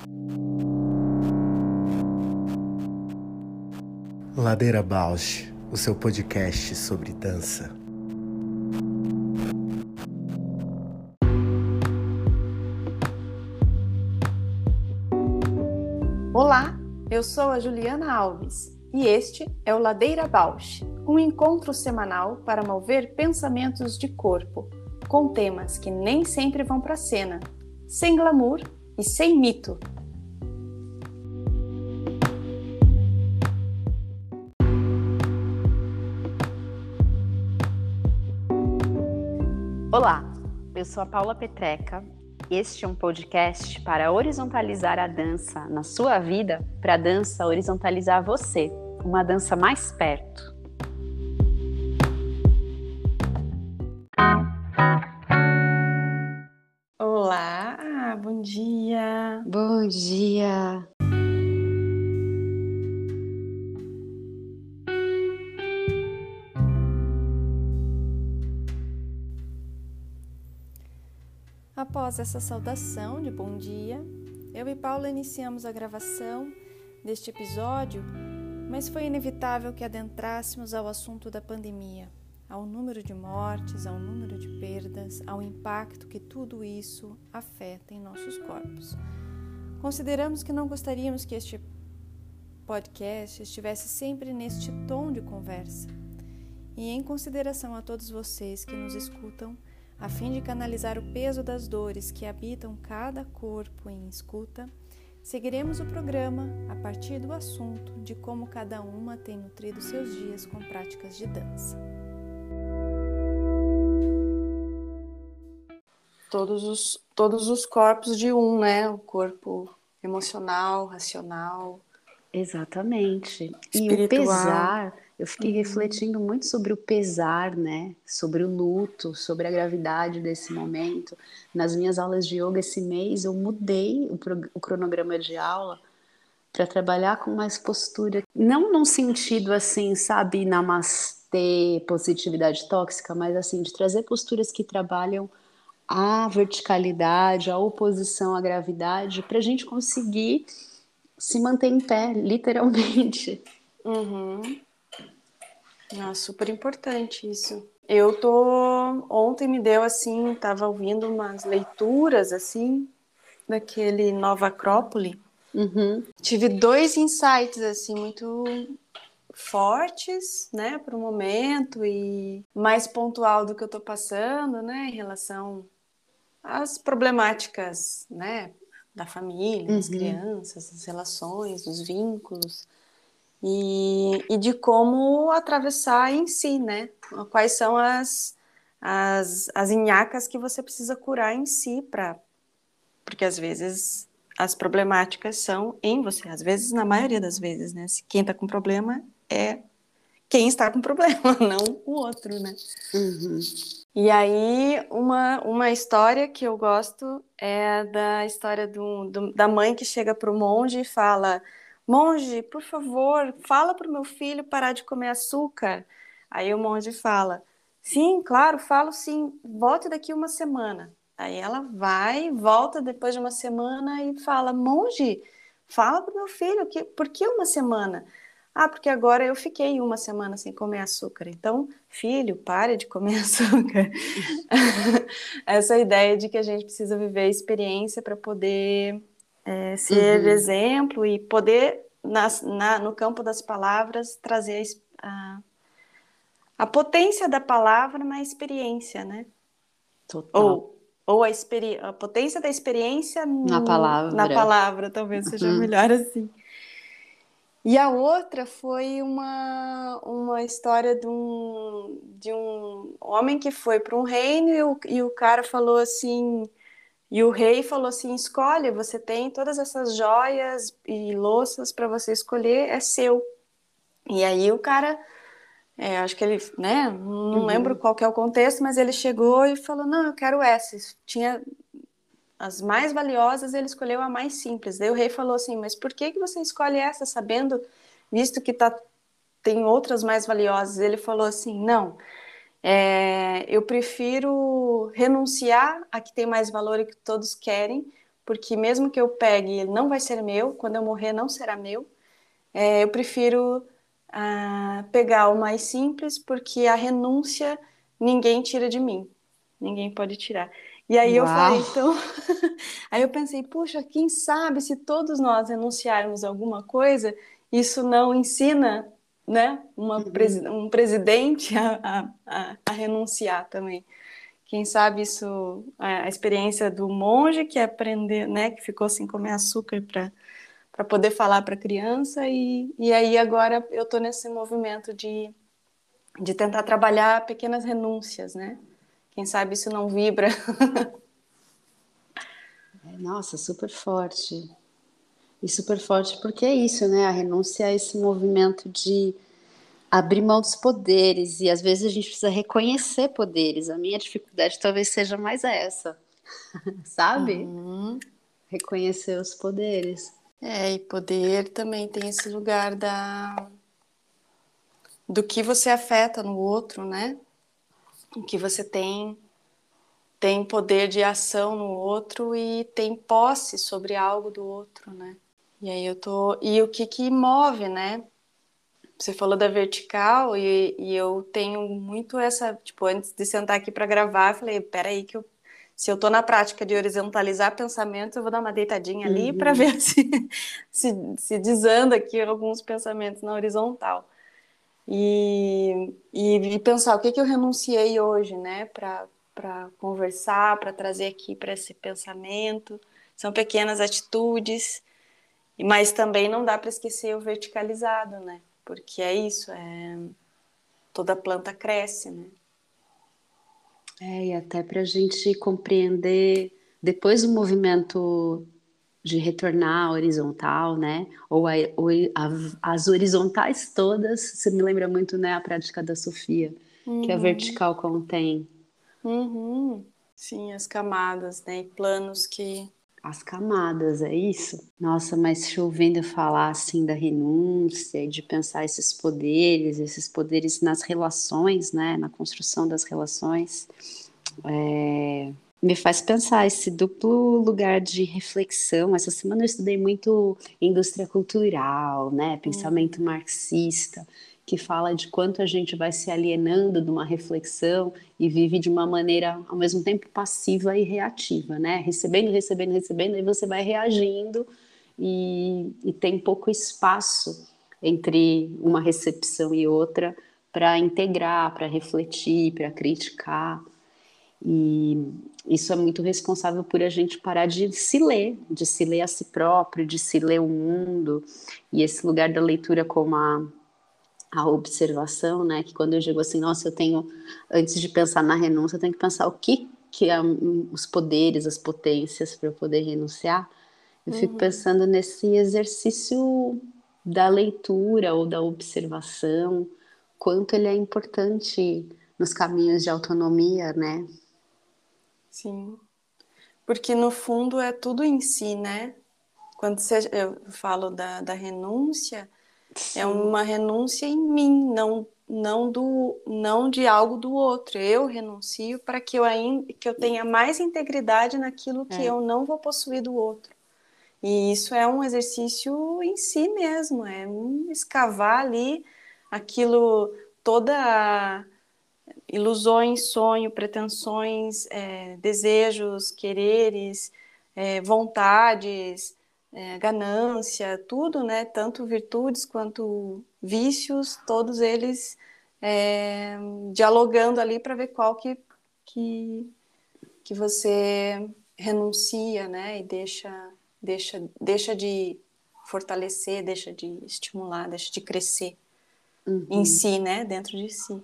Ladeira Bausch, o seu podcast sobre dança. Olá, eu sou a Juliana Alves e este é o Ladeira Bausch, um encontro semanal para mover pensamentos de corpo, com temas que nem sempre vão para a cena, sem glamour e sem mito. Olá, eu sou a Paula Petreca. Este é um podcast para horizontalizar a dança na sua vida, para a dança horizontalizar você, uma dança mais perto. Olá, bom dia! Bom dia! Após essa saudação de bom dia, eu e Paula iniciamos a gravação deste episódio, mas foi inevitável que adentrássemos ao assunto da pandemia, ao número de mortes, ao número de perdas, ao impacto que tudo isso afeta em nossos corpos. Consideramos que não gostaríamos que este podcast estivesse sempre neste tom de conversa. E em consideração a todos vocês que nos escutam, a fim de canalizar o peso das dores que habitam cada corpo em escuta, seguiremos o programa a partir do assunto de como cada uma tem nutrido seus dias com práticas de dança. Todos os corpos de um, né? O corpo emocional, racional. Exatamente. Espiritual. E o pesar, eu fiquei refletindo muito sobre o pesar, né? Sobre o luto, sobre a gravidade desse momento. Nas minhas aulas de yoga esse mês, eu mudei o cronograma de aula para trabalhar com mais postura. Não num sentido assim, sabe, namastê, positividade tóxica, mas assim, de trazer posturas que trabalham a verticalidade, a oposição à gravidade, para a gente conseguir se manter em pé, literalmente. Super importante isso. Ontem me deu assim, tava ouvindo umas leituras assim, daquele Nova Acrópole. Tive 2 insights assim, muito fortes, né, para o momento e mais pontual do que eu tô passando, né, em relação às problemáticas, né, da família, das crianças, das relações, dos vínculos. E de como atravessar em si, né? Quais são as nhacas que você precisa curar em si, porque às vezes as problemáticas são em você, às vezes, na maioria das vezes, né? Quem está com problema é quem está com problema, não o outro, né? E aí, uma história que eu gosto é da história da mãe que chega para o monge e fala: monge, por favor, fala para o meu filho parar de comer açúcar. Aí o monge fala: sim, claro, falo sim, volte daqui uma semana. Aí ela vai, volta depois de uma semana e fala: monge, fala para o meu filho, por que uma semana? Ah, porque agora eu fiquei uma semana sem comer açúcar. Então, filho, pare de comer açúcar. Essa ideia de que a gente precisa viver a experiência para poder ser exemplo e poder, no campo das palavras, trazer a potência da palavra na experiência, né? Total. Ou a potência da experiência Na palavra, talvez seja melhor assim. E a outra foi uma história de um homem que foi para um reino e o cara falou assim, e o rei falou assim: escolhe, você tem todas essas joias e louças para você escolher, é seu. E aí o cara, acho que ele, né, não lembro qual que é o contexto, mas ele chegou e falou: não, eu quero essas. Tinha as mais valiosas, ele escolheu a mais simples. Daí o rei falou assim: mas por que você escolhe essa, sabendo, visto que tem outras mais valiosas? Ele falou assim: não, eu prefiro renunciar a que tem mais valor e que todos querem, porque mesmo que eu pegue, ele não vai ser meu, quando eu morrer não será meu. Eu prefiro pegar o mais simples, porque a renúncia ninguém tira de mim, ninguém pode tirar. E aí eu Uau! falei, então... Aí eu pensei, puxa, quem sabe se todos nós renunciarmos a alguma coisa, isso não ensina, né, um presidente a renunciar também. Quem sabe isso, a experiência do monge que aprendeu, né, que ficou sem comer açúcar para poder falar para a criança, e aí agora eu estou nesse movimento de tentar trabalhar pequenas renúncias, né? Quem sabe isso não vibra. Nossa, super forte. E super forte porque é isso, né? A renúncia é esse movimento de abrir mão dos poderes, e às vezes a gente precisa reconhecer poderes. A minha dificuldade talvez seja mais essa, sabe? Uhum. Reconhecer os poderes. E poder também tem esse lugar do que você afeta no outro, né? O que você tem poder de ação no outro e tem posse sobre algo do outro, né? E aí e o que move, né? Você falou da vertical e eu tenho muito essa, tipo, antes de sentar aqui para gravar, eu falei, peraí se eu tô na prática de horizontalizar pensamentos, eu vou dar uma deitadinha ali para ver se desanda aqui alguns pensamentos na horizontal. E pensar o que eu renunciei hoje, né, para conversar, para trazer aqui para esse pensamento. São pequenas atitudes, mas também não dá para esquecer o verticalizado, né? Porque é isso, toda planta cresce, né? E até para a gente compreender, depois do movimento de retornar à horizontal, né? As horizontais todas, você me lembra muito, né, a prática da Sofia, que a Uhum. vertical contém. Uhum. Sim, as camadas, né? E planos que... As camadas, é isso? Nossa, mas te ouvindo falar assim da renúncia e de pensar esses poderes nas relações, né? Na construção das relações, me faz pensar esse duplo lugar de reflexão. Essa semana eu estudei muito indústria cultural, né? Pensamento marxista, que fala de quanto a gente vai se alienando de uma reflexão e vive de uma maneira, ao mesmo tempo, passiva e reativa, né? Recebendo, recebendo, recebendo, aí você vai reagindo e tem pouco espaço entre uma recepção e outra para integrar, para refletir, para criticar. E isso é muito responsável por a gente parar de se ler a si próprio, de se ler o mundo. E esse lugar da leitura como a observação, né? Que quando eu digo assim, nossa, eu tenho, antes de pensar na renúncia, eu tenho que pensar o que é os poderes, as potências para eu poder renunciar. Eu fico Uhum. pensando nesse exercício da leitura ou da observação, quanto ele é importante nos caminhos de autonomia, né? Sim. Porque no fundo é tudo em si, né? Quando eu falo da renúncia, é Sim. uma renúncia em mim, não de algo do outro. Eu renuncio para que eu tenha mais integridade naquilo que É. eu não vou possuir do outro. E isso é um exercício em si mesmo, é escavar ali aquilo, toda ilusões, sonho, pretensões, desejos, quereres, vontades, ganância, tudo, né? Tanto virtudes quanto vícios, todos eles dialogando ali para ver qual que, que você renuncia, né? E deixa de fortalecer, deixa de estimular, deixa de crescer em Uhum. si, né? Dentro de si.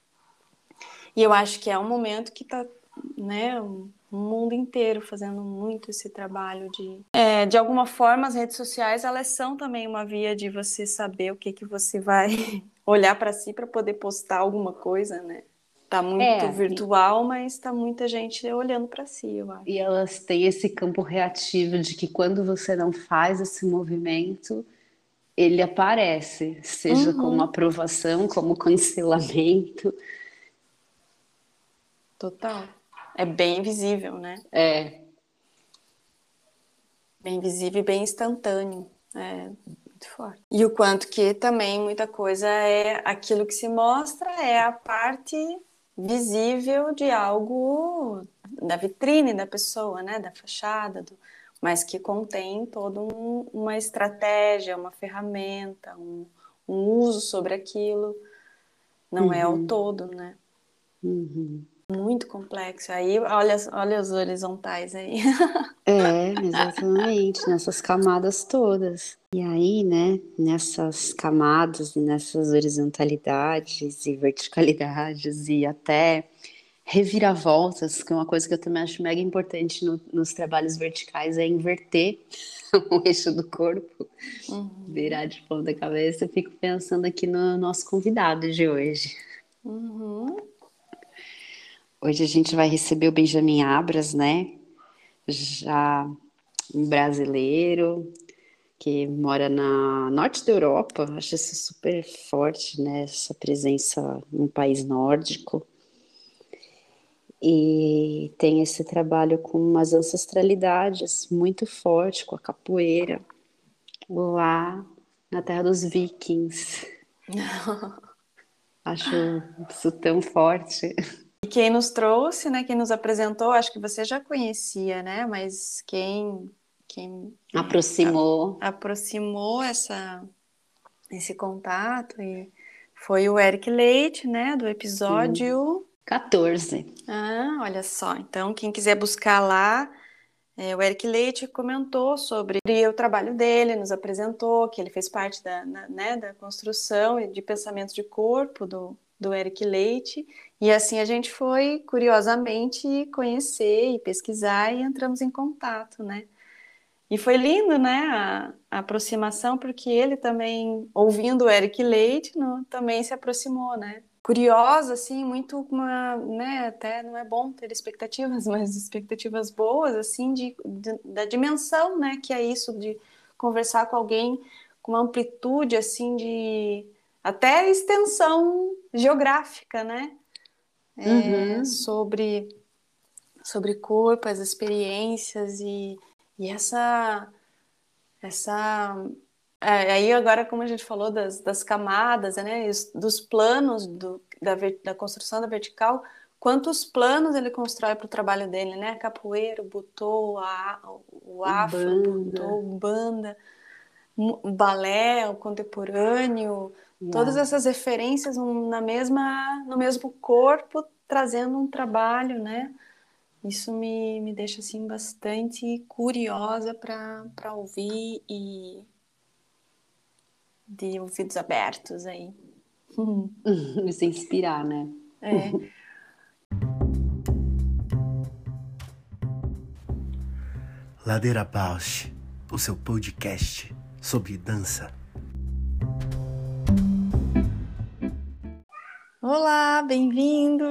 E eu acho que é um momento que está, né, o mundo inteiro fazendo muito esse trabalho de alguma forma, as redes sociais, elas são também uma via de você saber o que você vai olhar para si para poder postar alguma coisa, né? Tá muito É, virtual, mas tá muita gente olhando para si, eu e acho. elas têm esse campo reativo de que quando você não faz esse movimento, ele aparece, seja como Uhum, aprovação, como cancelamento. total. É bem visível, né? É, bem visível e bem instantâneo. É muito forte. E o quanto que também muita coisa é aquilo que se mostra é a parte visível de algo da vitrine da pessoa, né, da fachada, mas que contém toda uma estratégia, uma ferramenta, um uso sobre aquilo. Não é o todo, né? Muito complexo. Aí, olha os horizontais aí. Exatamente, nessas camadas todas. E aí, né, nessas camadas e nessas horizontalidades e verticalidades e até reviravoltas, que é uma coisa que eu também acho mega importante nos trabalhos verticais, é inverter o eixo do corpo, virar de ponta cabeça. Eu fico pensando aqui no nosso convidado de hoje. Hoje a gente vai receber o Benjamin Abras, né? Já um brasileiro que mora na norte da Europa. Acho isso super forte, né? Essa presença num país nórdico. E tem esse trabalho com umas ancestralidades muito forte, com a capoeira, lá na terra dos vikings. Acho isso tão forte. E quem nos trouxe, né, quem nos apresentou, acho que você já conhecia, né? Mas quem aproximou esse contato e foi o Eric Leite, né, do episódio 14. Olha só. Então, quem quiser buscar lá, o Eric Leite comentou sobre o trabalho dele, nos apresentou que ele fez parte da construção e de pensamento de corpo do Eric Leite. E assim a gente foi, curiosamente, conhecer e pesquisar e entramos em contato, né? E foi lindo, né, a aproximação, porque ele também, ouvindo o Eric Leite, também se aproximou, né? Curiosa, assim, muito né, até não é bom ter expectativas, mas expectativas boas, assim, da dimensão, né, que é isso, de conversar com alguém com uma amplitude, assim, de até extensão geográfica, né, sobre corpo, as experiências e aí agora, como a gente falou das camadas, né, dos planos da construção da vertical, quantos planos ele constrói para o trabalho dele, né? Capoeira, o butô, o afro, butô, banda, o balé, o contemporâneo, todas essas referências no mesmo corpo, trazendo um trabalho, né? Isso me deixa assim bastante curiosa para ouvir e de ouvidos abertos aí. Se inspirar, né? Ladeira Bausch, o seu podcast sobre dança. Olá, bem-vindo!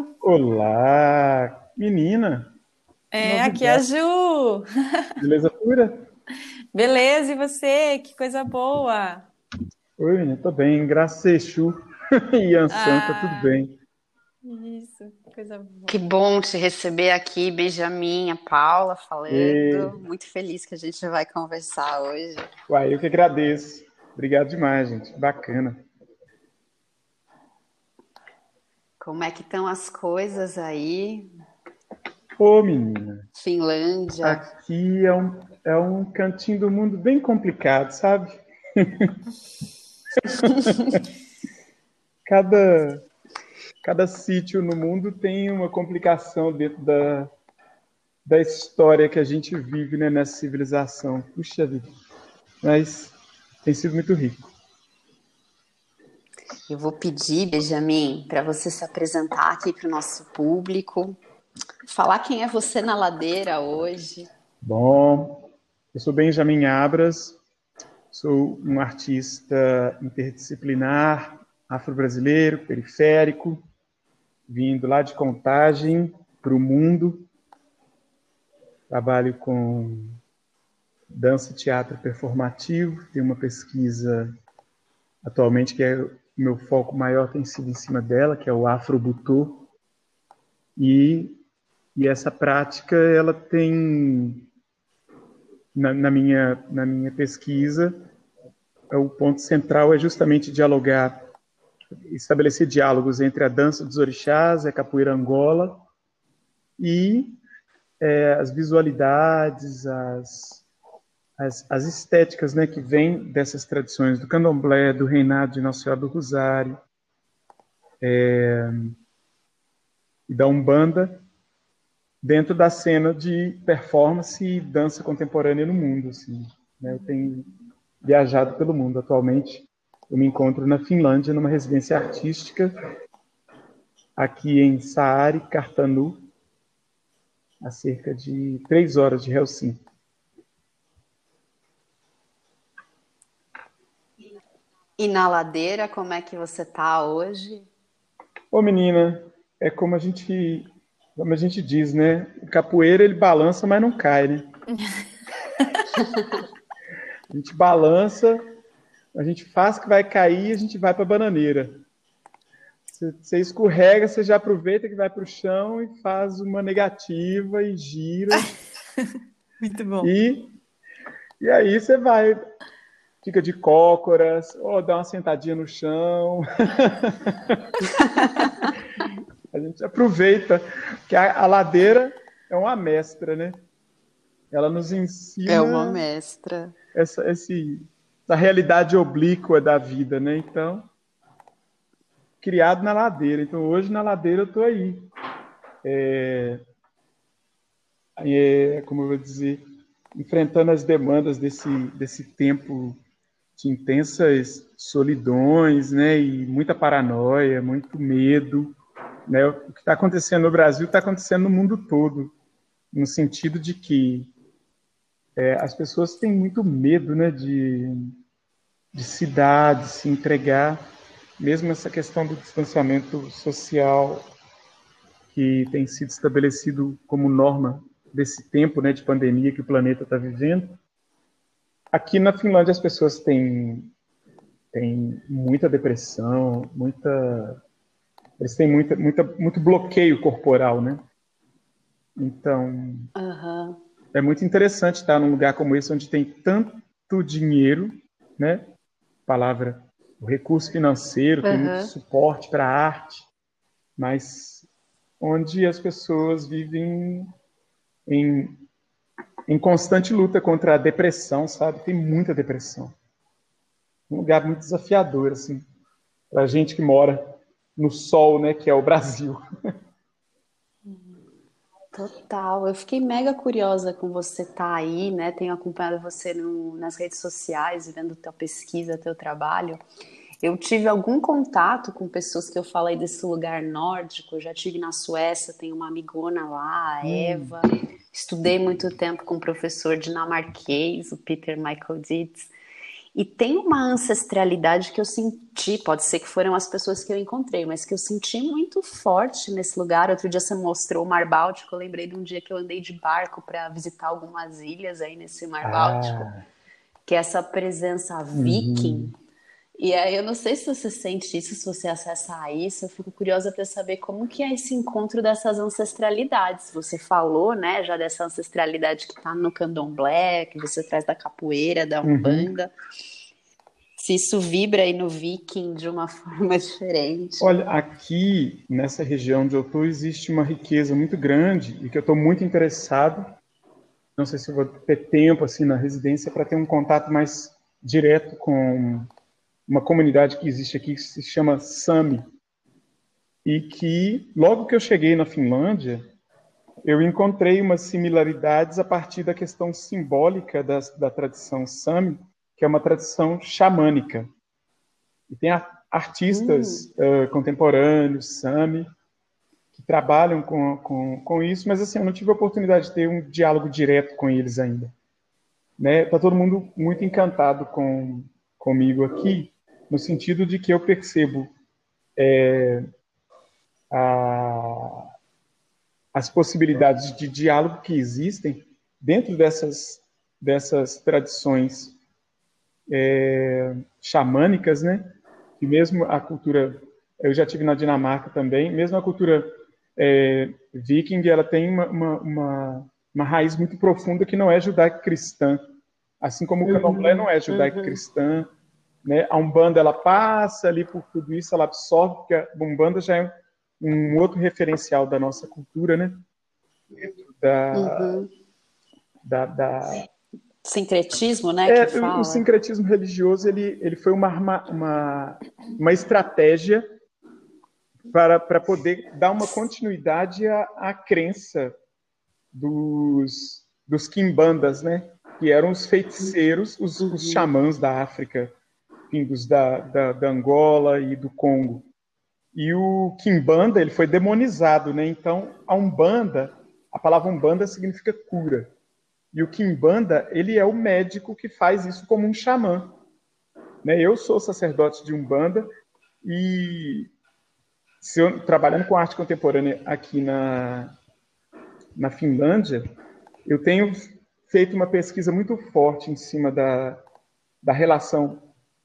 Olá, menina! Aqui é a Novidade. Ju! Beleza pura? Beleza, e você? Que coisa boa! Oi, menina, tô bem, graças a Exu e Yansan, tá tudo bem. Isso, coisa boa. Que bom te receber aqui, Benjamin, a Paula falando. Muito feliz que a gente vai conversar hoje. Uai, eu que agradeço. Obrigado demais, gente. Bacana. Como é que estão as coisas aí? Ô, menina, Finlândia. aqui é um cantinho do mundo bem complicado, sabe? Cada sítio no mundo tem uma complicação dentro da história que a gente vive, né, nessa civilização. Puxa vida. Mas tem sido muito rico. Eu vou pedir, Benjamin, para você se apresentar aqui para o nosso público, falar quem é você na ladeira hoje. Bom, eu sou Benjamin Abras, sou um artista interdisciplinar, afro-brasileiro, periférico, vindo lá de Contagem para o mundo. Trabalho com dança e teatro performativo, tenho uma pesquisa atualmente que o meu foco maior tem sido em cima dela, que é o afro-butô. E essa prática ela tem na minha pesquisa, o ponto central é justamente dialogar, estabelecer diálogos entre a dança dos orixás, a capoeira Angola, e as visualidades, as estéticas, né, que vêm dessas tradições do candomblé, do reinado de Nossa Senhora do Rosário, e da Umbanda, dentro da cena de performance e dança contemporânea no mundo. Assim, né? Eu tenho viajado pelo mundo atualmente. Eu me encontro na Finlândia, numa residência artística, aqui em Saari, Kartanu, a cerca de 3 horas de Helsinki. E na ladeira, como é que você tá hoje? Ô, menina, é como a gente diz, né? O capoeira, ele balança, mas não cai, né? A gente balança, a gente faz que vai cair, a gente vai para a bananeira. Você escorrega, você já aproveita que vai para o chão e faz uma negativa e gira. Muito bom. E aí você vai, fica de cócoras, ou dá uma sentadinha no chão. A gente aproveita, que a ladeira é uma mestra, né? Ela nos ensina... É uma mestra. Essa realidade oblíqua da vida, né? Então, criado na ladeira. Então, hoje na ladeira eu estou aí. Como eu vou dizer, enfrentando as demandas desse tempo de intensas solidões, né? E muita paranoia, muito medo. Né? O que está acontecendo no Brasil está acontecendo no mundo todo, no sentido de que as pessoas têm muito medo, né, de se dar, de se entregar, mesmo essa questão do distanciamento social que tem sido estabelecido como norma desse tempo, né, de pandemia que o planeta está vivendo. Aqui na Finlândia as pessoas têm muita depressão, eles têm muito bloqueio corporal, né? Então, é muito interessante estar num lugar como esse, onde tem tanto dinheiro, né? Palavra, o recurso financeiro, tem muito suporte para a arte, mas onde as pessoas vivem em constante luta contra a depressão, sabe? Tem muita depressão. Um lugar muito desafiador, assim, para a gente que mora no sol, né, que é o Brasil. Total, eu fiquei mega curiosa com você estar aí, né? Tenho acompanhado você nas redes sociais, vendo tua pesquisa, teu trabalho. Eu tive algum contato com pessoas que eu falei desse lugar nórdico. Eu já tive na Suécia, tenho uma amigona lá, a Eva. Estudei muito tempo com um professor dinamarquês, o Peter Michael Dietz. E tem uma ancestralidade que eu senti, pode ser que foram as pessoas que eu encontrei, mas que eu senti muito forte nesse lugar. Outro dia você mostrou o Mar Báltico, eu lembrei de um dia que eu andei de barco para visitar algumas ilhas aí nesse Mar Báltico, que é essa presença viking. E aí eu não sei se você sente isso, se você acessa a isso, eu fico curiosa para saber como que é esse encontro dessas ancestralidades. Você falou, né, já dessa ancestralidade que está no candomblé, que você traz da capoeira, da umbanda. Se isso vibra aí no viking de uma forma diferente. Olha, aqui nessa região onde eu estou existe uma riqueza muito grande e que eu estou muito interessado. Não sei se eu vou ter tempo assim na residência para ter um contato mais direto com uma comunidade que existe aqui que se chama Sami, e que, logo que eu cheguei na Finlândia, eu encontrei umas similaridades a partir da questão simbólica da tradição Sami, que é uma tradição xamânica. E tem artistas contemporâneos, Sami, que trabalham com isso, mas assim, eu não tive a oportunidade de ter um diálogo direto com eles ainda. Né? Tá todo mundo muito encantado comigo aqui, no sentido de que eu percebo as possibilidades de diálogo que existem dentro dessas tradições xamânicas, né? E mesmo a cultura, eu já tive na Dinamarca também, mesmo a cultura viking, ela tem uma raiz muito profunda que não é judaico-cristã. Assim como o candomblé não é judaico-cristã, né? A Umbanda, ela passa ali por tudo isso, ela absorve, porque a Umbanda já é um outro referencial da nossa cultura, né? Sincretismo, né, que fala. O sincretismo religioso, ele foi uma estratégia para poder dar uma continuidade à crença dos quimbandas, né? Que eram os feiticeiros, os xamãs da África, vindos da Angola e do Congo. E o quimbanda, ele foi demonizado, né? Então, a palavra umbanda significa cura. E o quimbanda, ele é o médico que faz isso como um xamã, né? Eu sou sacerdote de umbanda e trabalhando com arte contemporânea aqui na Finlândia, eu tenho feito uma pesquisa muito forte em cima da relação,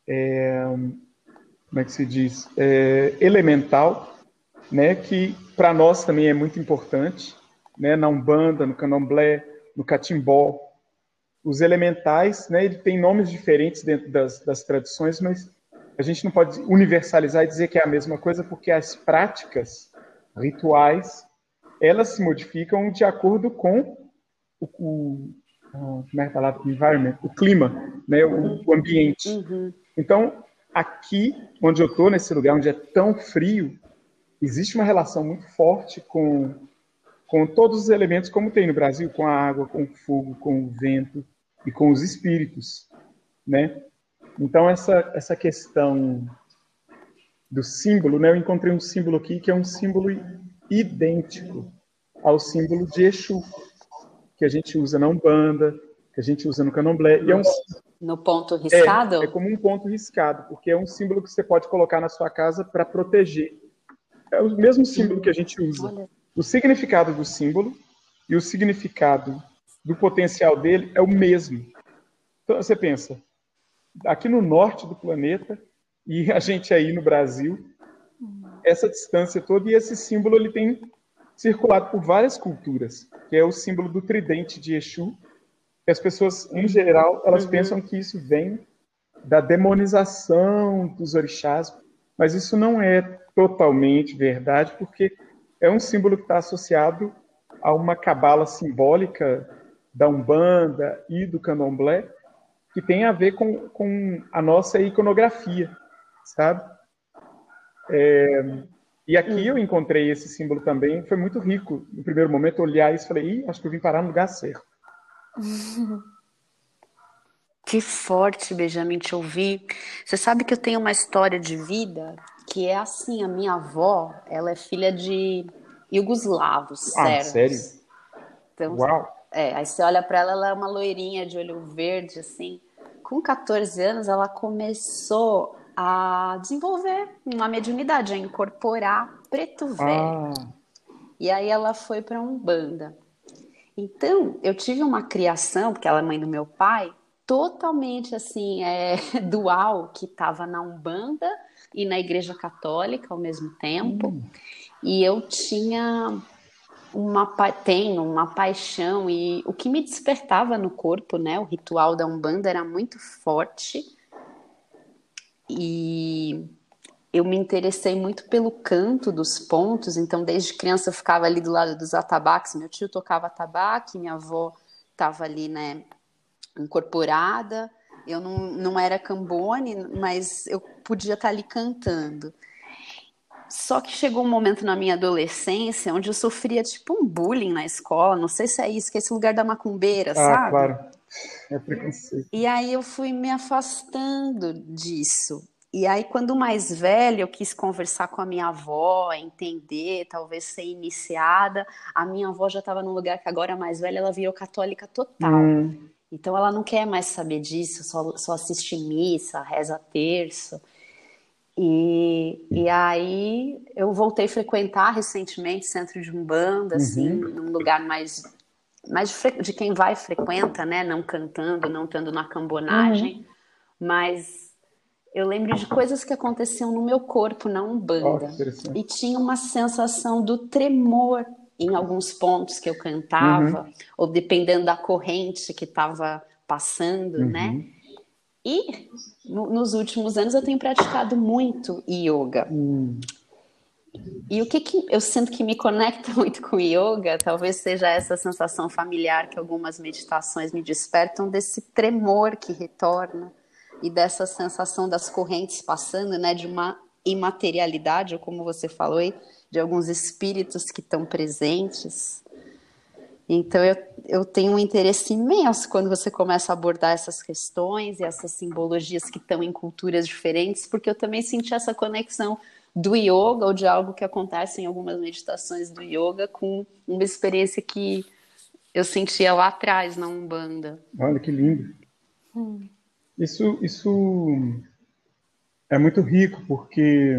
como é que se diz, elemental, né, que para nós também é muito importante, né, na Umbanda, no Candomblé, no Catimbó. Os elementais, né, ele tem nomes diferentes dentro das tradições, mas a gente não pode universalizar e dizer que é a mesma coisa, porque as práticas rituais, elas se modificam de acordo com como é a palavra? Environment, o clima, né, o ambiente. Então, aqui, onde eu estou, nesse lugar onde é tão frio, existe uma relação muito forte com todos os elementos, como tem no Brasil, com a água, com o fogo, com o vento e com os espíritos, né? Então, essa questão do símbolo, né? Eu encontrei um símbolo aqui que é um símbolo idêntico ao símbolo de Exu, que a gente usa na Umbanda, que a gente usa no Candomblé. E no ponto riscado? É como um ponto riscado, porque é um símbolo que você pode colocar na sua casa para proteger. É o mesmo símbolo que a gente usa. Olha. O significado do símbolo e o significado do potencial dele é o mesmo. Então, você pensa, aqui no norte do planeta, e a gente aí no Brasil, essa distância toda, e esse símbolo ele tem circulado por várias culturas, que é o símbolo do tridente de Exu, que as pessoas, em geral, elas pensam que isso vem da demonização dos orixás, mas isso não é totalmente verdade, porque é um símbolo que está associado a uma cabala simbólica da Umbanda e do Candomblé, que tem a ver com a nossa iconografia, sabe? E aqui eu encontrei esse símbolo também, foi muito rico. No primeiro momento, eu olhar isso e falei, acho que eu vim parar no lugar certo. Que forte, Benjamin, te ouvir. Você sabe que eu tenho uma história de vida que é assim, a minha avó, ela é filha de iugoslavos, sérvios. Sério? Então, uau! Aí você olha para ela, ela é uma loirinha de olho verde, assim. Com 14 anos, ela começou a desenvolver uma mediunidade, a incorporar preto velho. E aí ela foi para Umbanda. Então, eu tive uma criação, porque ela é mãe do meu pai, totalmente assim, dual, que estava na Umbanda e na Igreja Católica ao mesmo tempo. E eu tenho uma paixão, e o que me despertava no corpo, né, o ritual da Umbanda era muito forte, e eu me interessei muito pelo canto dos pontos. Então desde criança eu ficava ali do lado dos atabaques, meu tio tocava atabaque, minha avó estava ali, né, incorporada, eu não era cambone, mas eu podia estar ali cantando. Só que chegou um momento na minha adolescência onde eu sofria tipo um bullying na escola, não sei se é isso, que é esse lugar da macumbeira, sabe? Claro, é preconceito. E aí eu fui me afastando disso. E aí quando mais velha eu quis conversar com a minha avó, entender, talvez ser iniciada, a minha avó já estava num lugar que agora mais velha, ela virou católica total. Então ela não quer mais saber disso, só assiste missa, reza terço. E aí eu voltei a frequentar recentemente centro de Umbanda, assim, num lugar mais de quem vai e frequenta, né? Não cantando, não estando na cambonagem. Mas eu lembro de coisas que aconteciam no meu corpo na Umbanda. E tinha uma sensação do tremor em alguns pontos que eu cantava, ou dependendo da corrente que estava passando, né? E nos últimos anos eu tenho praticado muito yoga. E o que eu sinto que me conecta muito com o yoga, talvez seja essa sensação familiar que algumas meditações me despertam, desse tremor que retorna e dessa sensação das correntes passando, né, de uma imaterialidade, ou como você falou aí, de alguns espíritos que estão presentes. Então eu tenho um interesse imenso quando você começa a abordar essas questões e essas simbologias que estão em culturas diferentes, porque eu também senti essa conexão do yoga, ou de algo que acontece em algumas meditações do yoga, com uma experiência que eu sentia lá atrás, na Umbanda. Olha que lindo. Isso é muito rico, porque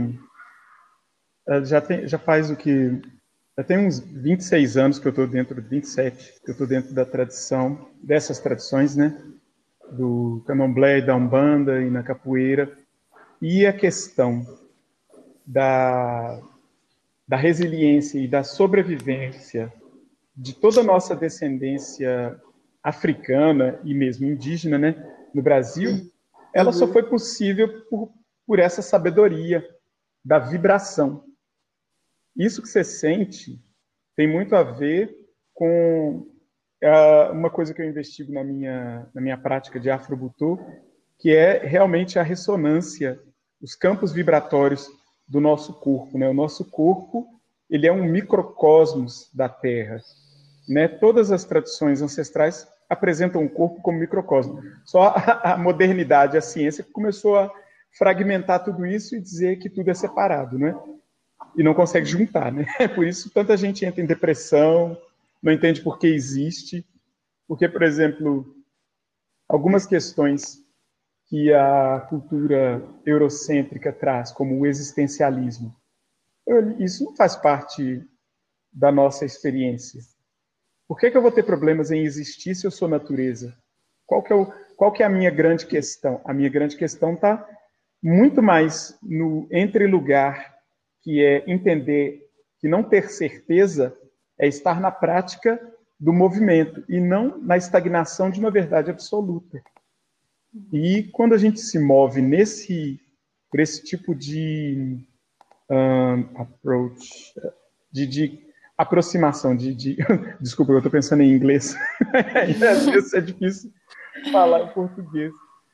já faz o que... Já tem uns 26 anos que eu estou dentro, 27, que eu estou dentro da tradição, dessas tradições, né? Do candomblé, da Umbanda e na capoeira. E a questão da resiliência e da sobrevivência de toda a nossa descendência africana e mesmo indígena, né, no Brasil, ela só foi possível por essa sabedoria da vibração. Isso que você sente tem muito a ver com uma coisa que eu investigo na minha prática de Afro-Butô, que é realmente a ressonância, os campos vibratórios do nosso corpo, né? O nosso corpo, ele é um microcosmos da Terra, né? Todas as tradições ancestrais apresentam o corpo como microcosmo. Só a modernidade, a ciência, começou a fragmentar tudo isso e dizer que tudo é separado, né? E não consegue juntar, né? Por isso tanta gente entra em depressão, não entende por que existe, porque, por exemplo, algumas questões que a cultura eurocêntrica traz, como o existencialismo, isso não faz parte da nossa experiência. Por que eu vou ter problemas em existir se eu sou natureza? Qual que é a minha grande questão? A minha grande questão está muito mais no entrelugar, que é entender que não ter certeza é estar na prática do movimento e não na estagnação de uma verdade absoluta. E quando a gente se move por esse tipo de approach, de aproximação, desculpa, eu estou pensando em inglês, às vezes é difícil falar em português.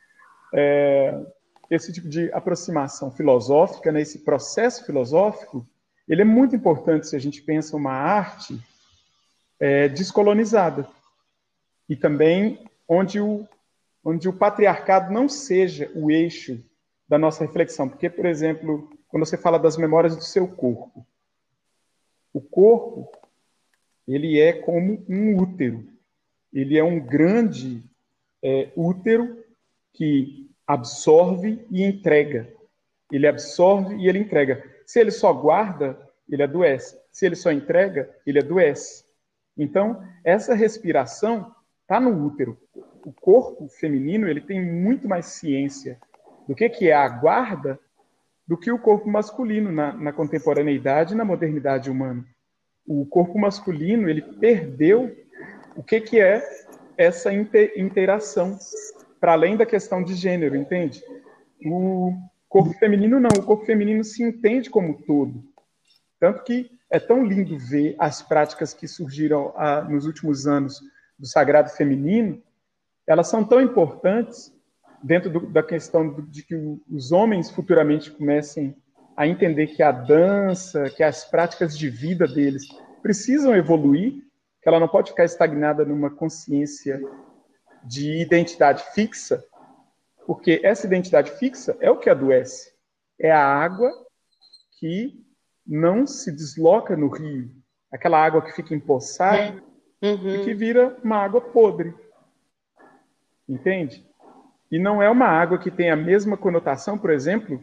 Esse tipo de aproximação filosófica, né, esse processo filosófico, ele é muito importante se a gente pensa uma arte descolonizada. E também onde o patriarcado não seja o eixo da nossa reflexão. Porque, por exemplo, quando você fala das memórias do seu corpo, o corpo, ele é como um útero. Ele é um grande útero que absorve e entrega. Ele absorve e ele entrega. Se ele só guarda, ele adoece. Se ele só entrega, ele adoece. Então, essa respiração está no útero. O corpo feminino, ele tem muito mais ciência do que é a guarda do que o corpo masculino na contemporaneidade e na modernidade humana. O corpo masculino, ele perdeu o que é essa interação, para além da questão de gênero, entende? O corpo feminino não, o corpo feminino se entende como todo. Tanto que é tão lindo ver as práticas que surgiram nos últimos anos do sagrado feminino, elas são tão importantes dentro da questão de que os homens futuramente comecem a entender que a dança, que as práticas de vida deles precisam evoluir, que ela não pode ficar estagnada numa consciência de identidade fixa, porque essa identidade fixa é o que adoece. É a água que não se desloca no rio, aquela água que fica empoçada e que vira uma água podre. Entende? E não é uma água que tem a mesma conotação, por exemplo,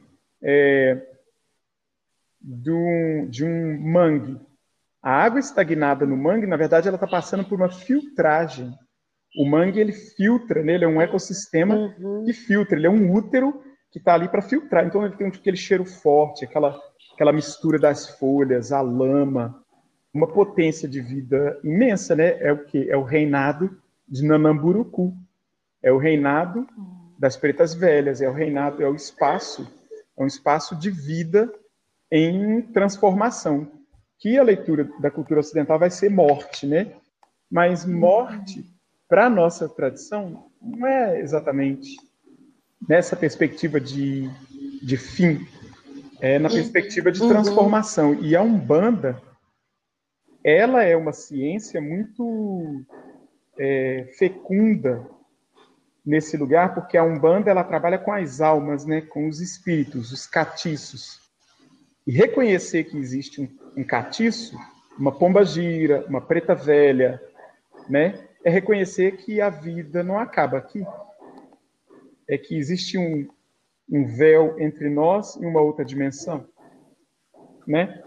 de um mangue. A água estagnada no mangue, na verdade, ela está passando por uma filtragem. O mangue, ele filtra, né? Ele é um ecossistema que filtra. Ele é um útero que está ali para filtrar. Então, ele tem aquele cheiro forte, aquela mistura das folhas, a lama, uma potência de vida imensa, né? É o quê? É o reinado de Nanamburucu. É o reinado das Pretas Velhas, é o reinado, é um espaço de vida em transformação, que a leitura da cultura ocidental vai ser morte, né? Mas morte, para a nossa tradição, não é exatamente nessa perspectiva de fim, é na perspectiva de transformação. E a Umbanda, ela é uma ciência muito fecunda nesse lugar, porque a Umbanda ela trabalha com as almas, né, com os espíritos, os catiços. E reconhecer que existe um catiço, uma pombagira, uma preta velha, né, é reconhecer que a vida não acaba aqui. É que existe um véu entre nós e uma outra dimensão, né?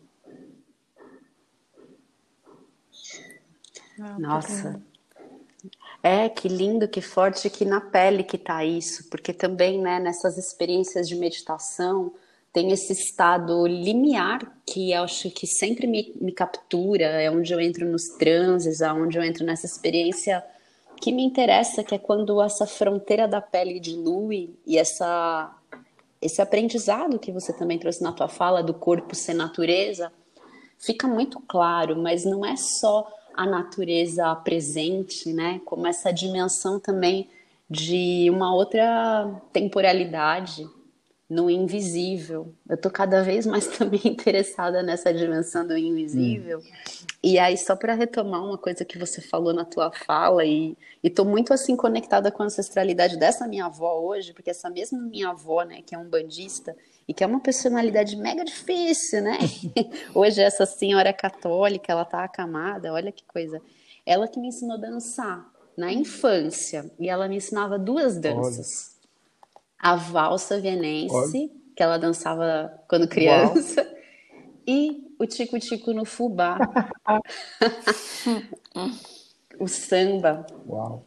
Nossa, que lindo, que forte, que na pele que tá isso, porque também, né, nessas experiências de meditação, tem esse estado limiar que eu acho que sempre me captura, é onde eu entro nos transes, é onde eu entro nessa experiência que me interessa, que é quando essa fronteira da pele dilui e esse aprendizado que você também trouxe na tua fala do corpo ser natureza, fica muito claro, mas não é só a natureza presente, né? Como essa dimensão também de uma outra temporalidade no invisível. Eu tô cada vez mais também interessada nessa dimensão do invisível. E aí, só para retomar uma coisa que você falou na tua fala, e tô muito assim conectada com a ancestralidade dessa minha avó hoje, porque essa mesma minha avó, né, que é umbandista, e que é uma personalidade mega difícil, né? Hoje essa senhora católica, ela tá acamada, olha que coisa. Ela que me ensinou a dançar na infância, e ela me ensinava duas danças. A valsa vienense, que ela dançava quando criança, e o tico-tico no fubá. O samba. Uau.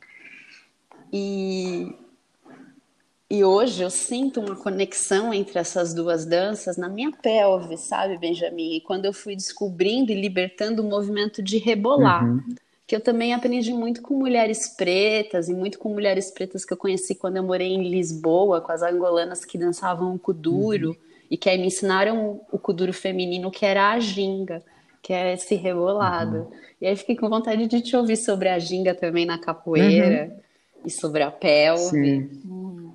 E hoje eu sinto uma conexão entre essas duas danças na minha pelve, sabe, Benjamin? E quando eu fui descobrindo e libertando o movimento de rebolar, que eu também aprendi muito com mulheres pretas, e muito com mulheres pretas que eu conheci quando eu morei em Lisboa, com as angolanas que dançavam o kuduro, e que aí me ensinaram o kuduro feminino, que era a ginga, que é esse rebolado. E aí fiquei com vontade de te ouvir sobre a ginga também na capoeira, e sobre a pelve. Sim.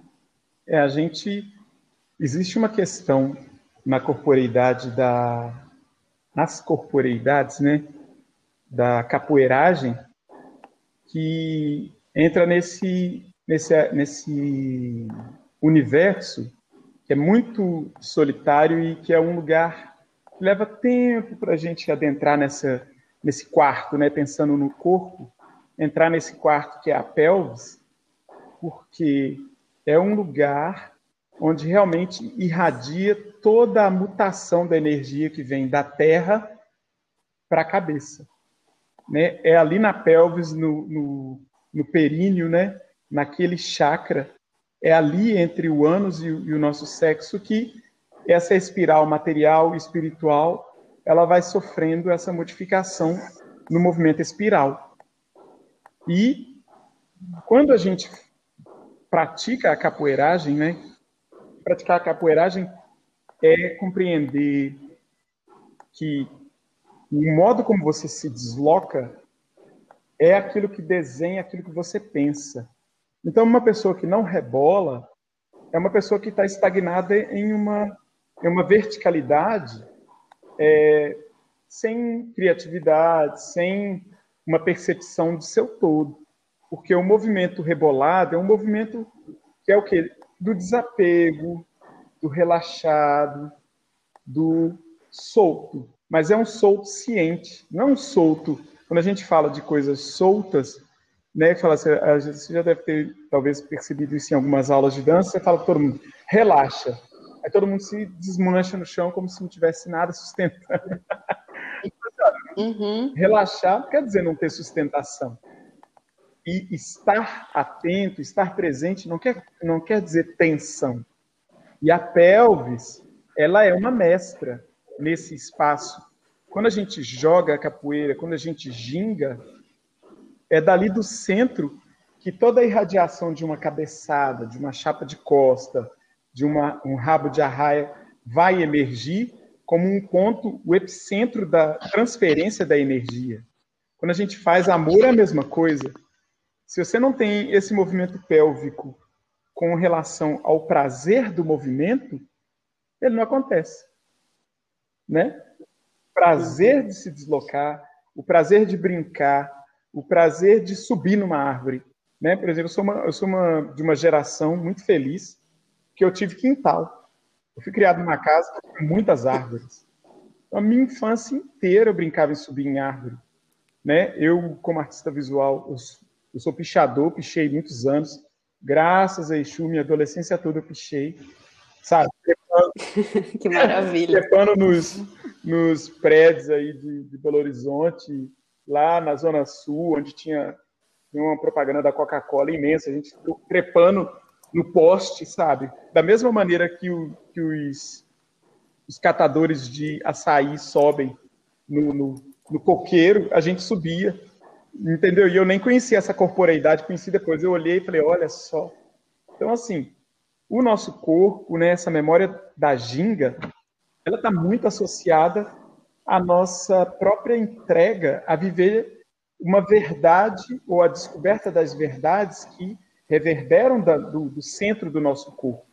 Existe uma questão na corporeidade nas corporeidades, né, da capoeiragem, que entra nesse universo que é muito solitário e que é um lugar que leva tempo para a gente adentrar nesse quarto, né, pensando no corpo, entrar nesse quarto que é a pelvis, porque é um lugar onde realmente irradia toda a mutação da energia que vem da terra para a cabeça. Né? É ali na pelvis, no períneo, né? Naquele chakra, é ali entre o ânus e o nosso sexo que essa espiral material e espiritual ela vai sofrendo essa modificação no movimento espiral. E quando a gente pratica a capoeiragem, né? Praticar a capoeiragem é compreender que o modo como você se desloca é aquilo que desenha aquilo que você pensa. Então, uma pessoa que não rebola é uma pessoa que está estagnada em uma verticalidade sem criatividade, sem uma percepção de seu todo. Porque o movimento rebolado é um movimento que é o quê? Do desapego, do relaxado, do solto. Mas é um solto ciente, não é um solto. Quando a gente fala de coisas soltas, né, fala assim, você já deve ter talvez percebido isso em algumas aulas de dança, você fala para todo mundo, relaxa. Aí todo mundo se desmancha no chão como se não tivesse nada sustentando. Relaxar não quer dizer não ter sustentação. E estar atento, estar presente, não quer dizer tensão. E a pelvis, ela é uma mestra nesse espaço quando a gente joga a capoeira, quando a gente ginga, é dali do centro que toda a irradiação de uma cabeçada, de uma chapa de costa, de um rabo de arraia, vai emergir como um ponto, o epicentro da transferência da energia. Quando a gente faz amor, é a mesma coisa. Se você não tem esse movimento pélvico com relação ao prazer do movimento, ele não acontece. Né? O prazer de se deslocar, o prazer de brincar, o prazer de subir numa árvore. Né? Por exemplo, eu sou de uma geração muito feliz que eu tive quintal. Eu fui criado numa casa com muitas árvores. A minha infância inteira eu brincava em subir em árvore. Né? Eu, como artista visual, eu sou pichador, pichei muitos anos. Graças a Exu, minha adolescência toda eu pichei. Sabe? Que maravilha. Trepando nos prédios aí de Belo Horizonte, lá na Zona Sul, onde tinha uma propaganda da Coca-Cola imensa, a gente trepando no poste, sabe? Da mesma maneira que os catadores de açaí sobem no coqueiro, a gente subia, entendeu? E eu nem conhecia essa corporeidade, conheci depois. Eu olhei e falei, olha só. Então, assim, o nosso corpo, né, essa memória da ginga, ela está muito associada à nossa própria entrega a viver uma verdade ou a descoberta das verdades que reverberam do centro do nosso corpo.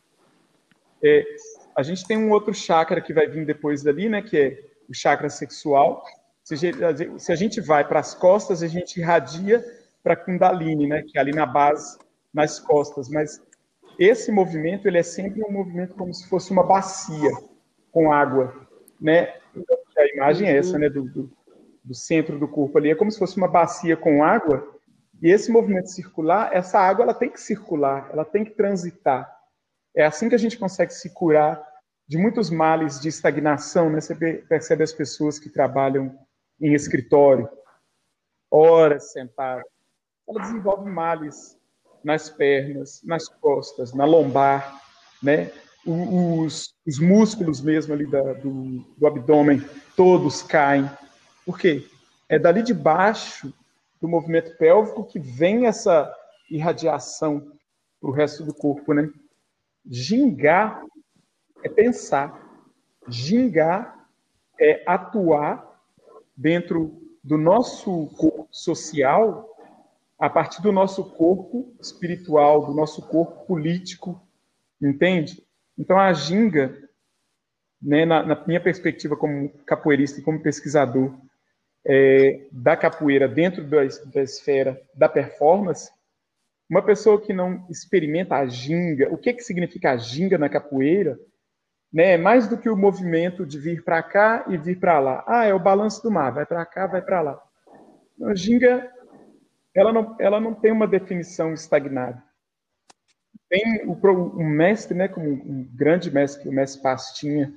A gente tem um outro chakra que vai vir depois dali, né, que é o chakra sexual. Se a gente vai para as costas, a gente irradia para Kundalini, né, que é ali na base, nas costas. Mas esse movimento, ele é sempre um movimento como se fosse uma bacia com água, né? A imagem é essa, né, do centro do corpo ali, é como se fosse uma bacia com água, e esse movimento circular, essa água, ela tem que circular, ela tem que transitar. É assim que a gente consegue se curar de muitos males de estagnação, né? Você percebe as pessoas que trabalham em escritório, horas sentadas, elas desenvolvem males nas pernas, nas costas, na lombar, né? Os músculos mesmo ali do abdômen, todos caem. Por quê? É dali de baixo do movimento pélvico que vem essa irradiação para o resto do corpo, né? Gingar é pensar. Gingar é atuar dentro do nosso corpo social a partir do nosso corpo espiritual, do nosso corpo político, entende? Então, a ginga, né, na minha perspectiva como capoeirista e como pesquisador da capoeira dentro da esfera da performance, uma pessoa que não experimenta a ginga, o que significa a ginga na capoeira, né, é mais do que o movimento de vir para cá e vir para lá. É o balanço do mar, vai para cá, vai para lá. A ginga, ela não tem uma definição estagnada. Tem um mestre, né, como um grande mestre, que o mestre Paz tinha,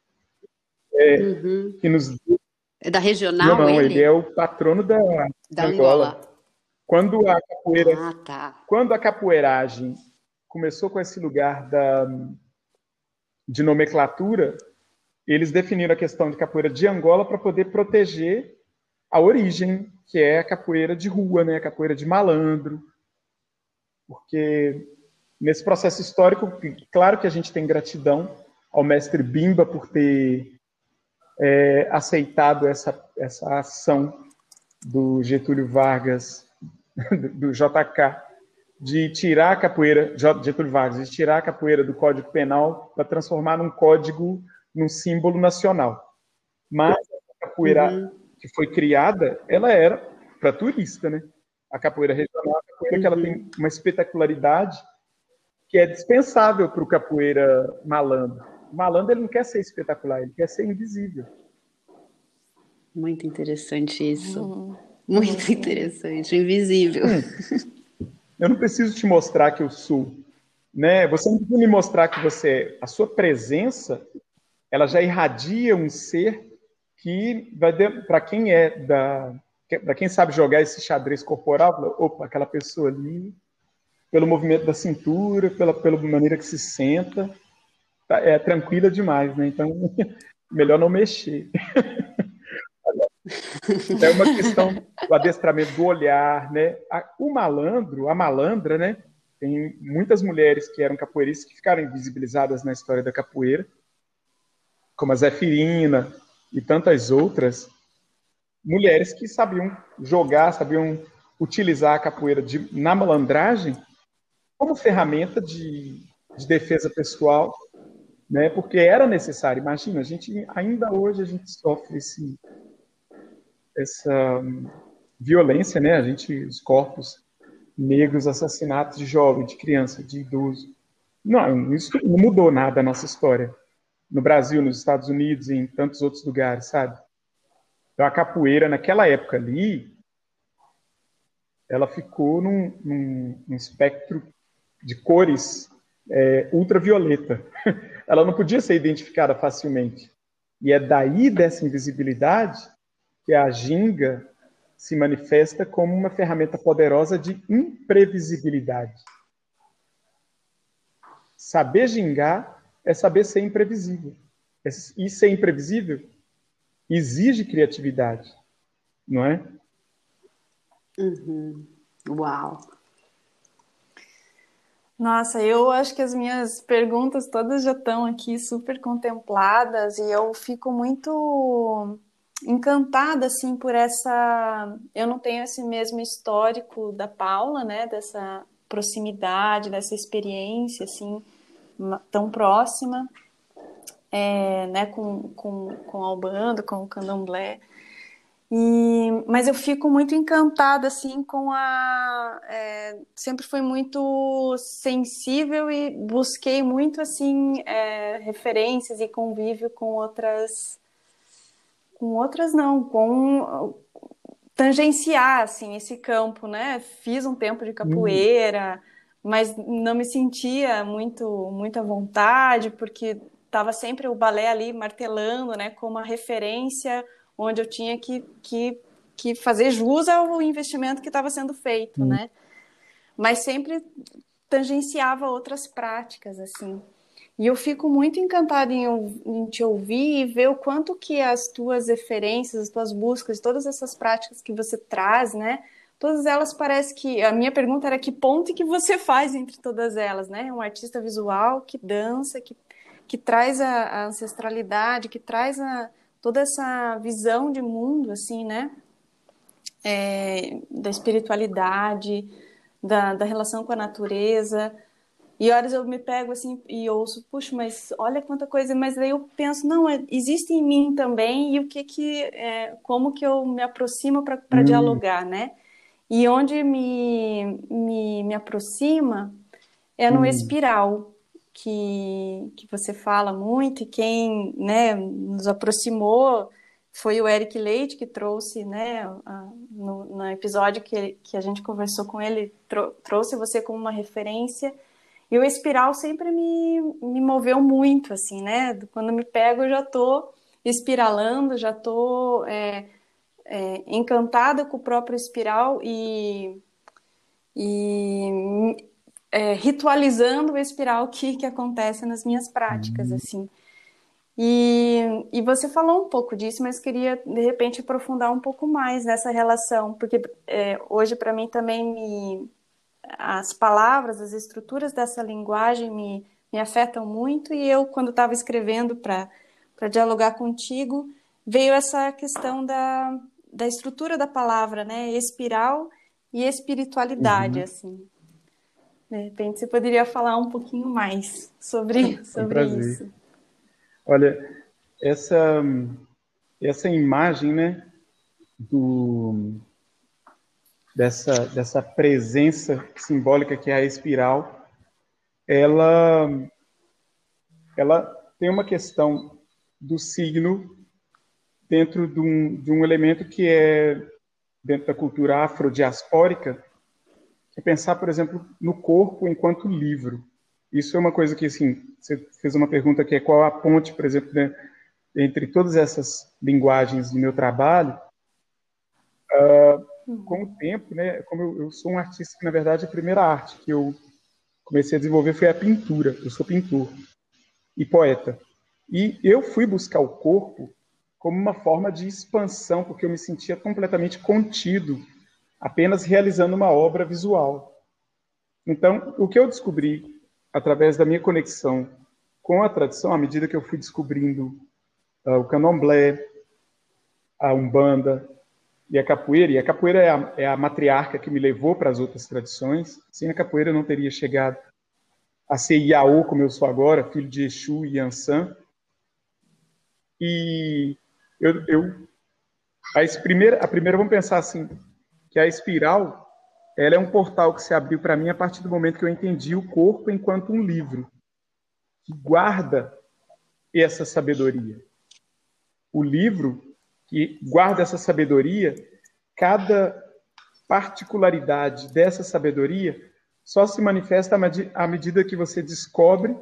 que nos... É da regional, não, ele é o patrono da Angola. Quando a capoeira, quando a capoeiragem começou com esse lugar de nomenclatura, eles definiram a questão de capoeira de Angola para poder proteger a origem, que é a capoeira de rua, né, a capoeira de malandro. Porque nesse processo histórico, claro que a gente tem gratidão ao mestre Bimba por ter aceitado essa ação do Getúlio Vargas, do JK, de tirar a capoeira, Getúlio Vargas, de tirar a capoeira do Código Penal para transformar num código, num símbolo nacional. Mas a capoeira que foi criada, ela era para turista, né? A capoeira regional, a capoeira que ela tem uma espetacularidade que é dispensável para o capoeira malandro. O malandro, ele não quer ser espetacular, ele quer ser invisível. Muito interessante isso. Muito interessante, invisível. Eu não preciso te mostrar que eu sou, né? Você não precisa me mostrar que você é. A sua presença, ela já irradia um ser que vai para quem para quem sabe jogar esse xadrez corporal, opa, aquela pessoa ali, pelo movimento da cintura, pela maneira que se senta, é tranquila demais, né? Então, melhor não mexer. É uma questão do adestramento do olhar, né? O malandro, a malandra, né? Tem muitas mulheres que eram capoeiristas que ficaram invisibilizadas na história da capoeira, como a Zefirina e tantas outras mulheres que sabiam jogar, sabiam utilizar a capoeira na malandragem como ferramenta de defesa pessoal, né? Porque era necessário. Imagina, ainda hoje a gente sofre essa violência, né? Os corpos negros, assassinatos de jovem, de criança, de idoso. Não, isso não mudou nada na nossa história. No Brasil, nos Estados Unidos e em tantos outros lugares, sabe? Então, a capoeira, naquela época ali, ela ficou num espectro de cores ultravioleta. Ela não podia ser identificada facilmente. E é daí, dessa invisibilidade, que a ginga se manifesta como uma ferramenta poderosa de imprevisibilidade. Saber gingar é saber ser imprevisível. E ser imprevisível exige criatividade, não é? Uhum. Uau! Nossa, eu acho que as minhas perguntas todas já estão aqui super contempladas e eu fico muito encantada, assim, por essa... Eu não tenho esse mesmo histórico da Paula, né, dessa proximidade, dessa experiência, assim, tão próxima, né, com a Umbanda, com o Candomblé. Mas eu fico muito encantada, assim, sempre fui muito sensível e busquei muito, assim, referências e convívio com tangenciar, assim, esse campo, né? Fiz um tempo de capoeira, mas não me sentia muito à vontade, porque estava sempre o balé ali martelando, né, como uma referência onde eu tinha que fazer jus ao investimento que estava sendo feito, né? Mas sempre tangenciava outras práticas, assim. E eu fico muito encantada em te ouvir e ver o quanto que as tuas referências, as tuas buscas, todas essas práticas que você traz, né? Todas elas parece que... A minha pergunta era que ponto que você faz entre todas elas, né? Um artista visual que dança, que traz a ancestralidade, que traz toda essa visão de mundo, assim, né? Da espiritualidade, da relação com a natureza. E horas eu me pego assim e ouço, puxa, mas olha quanta coisa, mas aí eu penso, não, existe em mim também, e como que eu me aproximo para dialogar, né? E onde me aproxima é no espiral, que você fala muito, e quem, né, nos aproximou foi o Eric Leite, que trouxe, né, no episódio que a gente conversou com ele, trouxe você como uma referência. E o espiral sempre me moveu muito, assim, né? Quando me pego, eu já estou espiralando, já estou encantada com o próprio espiral e ritualizando o espiral que acontece nas minhas práticas, assim. E você falou um pouco disso, mas queria, de repente, aprofundar um pouco mais nessa relação, porque hoje, para mim, também as palavras, as estruturas dessa linguagem me afetam muito, e eu, quando estava escrevendo para dialogar contigo, veio essa questão da estrutura da palavra, né? Espiral e espiritualidade, assim. De repente, você poderia falar um pouquinho mais sobre isso. Olha, essa imagem, né, dessa presença simbólica que é a espiral, ela tem uma questão do signo dentro de um elemento que é dentro da cultura afrodiaspórica, que é pensar, por exemplo, no corpo enquanto livro. Isso é uma coisa que, assim, você fez uma pergunta que é qual a ponte, por exemplo, né, entre todas essas linguagens do meu trabalho. Com o tempo, né, como eu sou um artista que, na verdade, a primeira arte que eu comecei a desenvolver foi a pintura. Eu sou pintor e poeta. E eu fui buscar o corpo como uma forma de expansão, porque eu me sentia completamente contido, apenas realizando uma obra visual. Então, o que eu descobri através da minha conexão com a tradição, à medida que eu fui descobrindo o candomblé, a umbanda e a capoeira é a matriarca que me levou para as outras tradições. Sem a capoeira eu não teria chegado a ser Iaô, como eu sou agora, filho de Exu e Yansan. E a primeira, vamos pensar assim, que a espiral, ela é um portal que se abriu para mim a partir do momento que eu entendi o corpo enquanto um livro que guarda essa sabedoria. O livro que guarda essa sabedoria, cada particularidade dessa sabedoria só se manifesta à medida que você descobre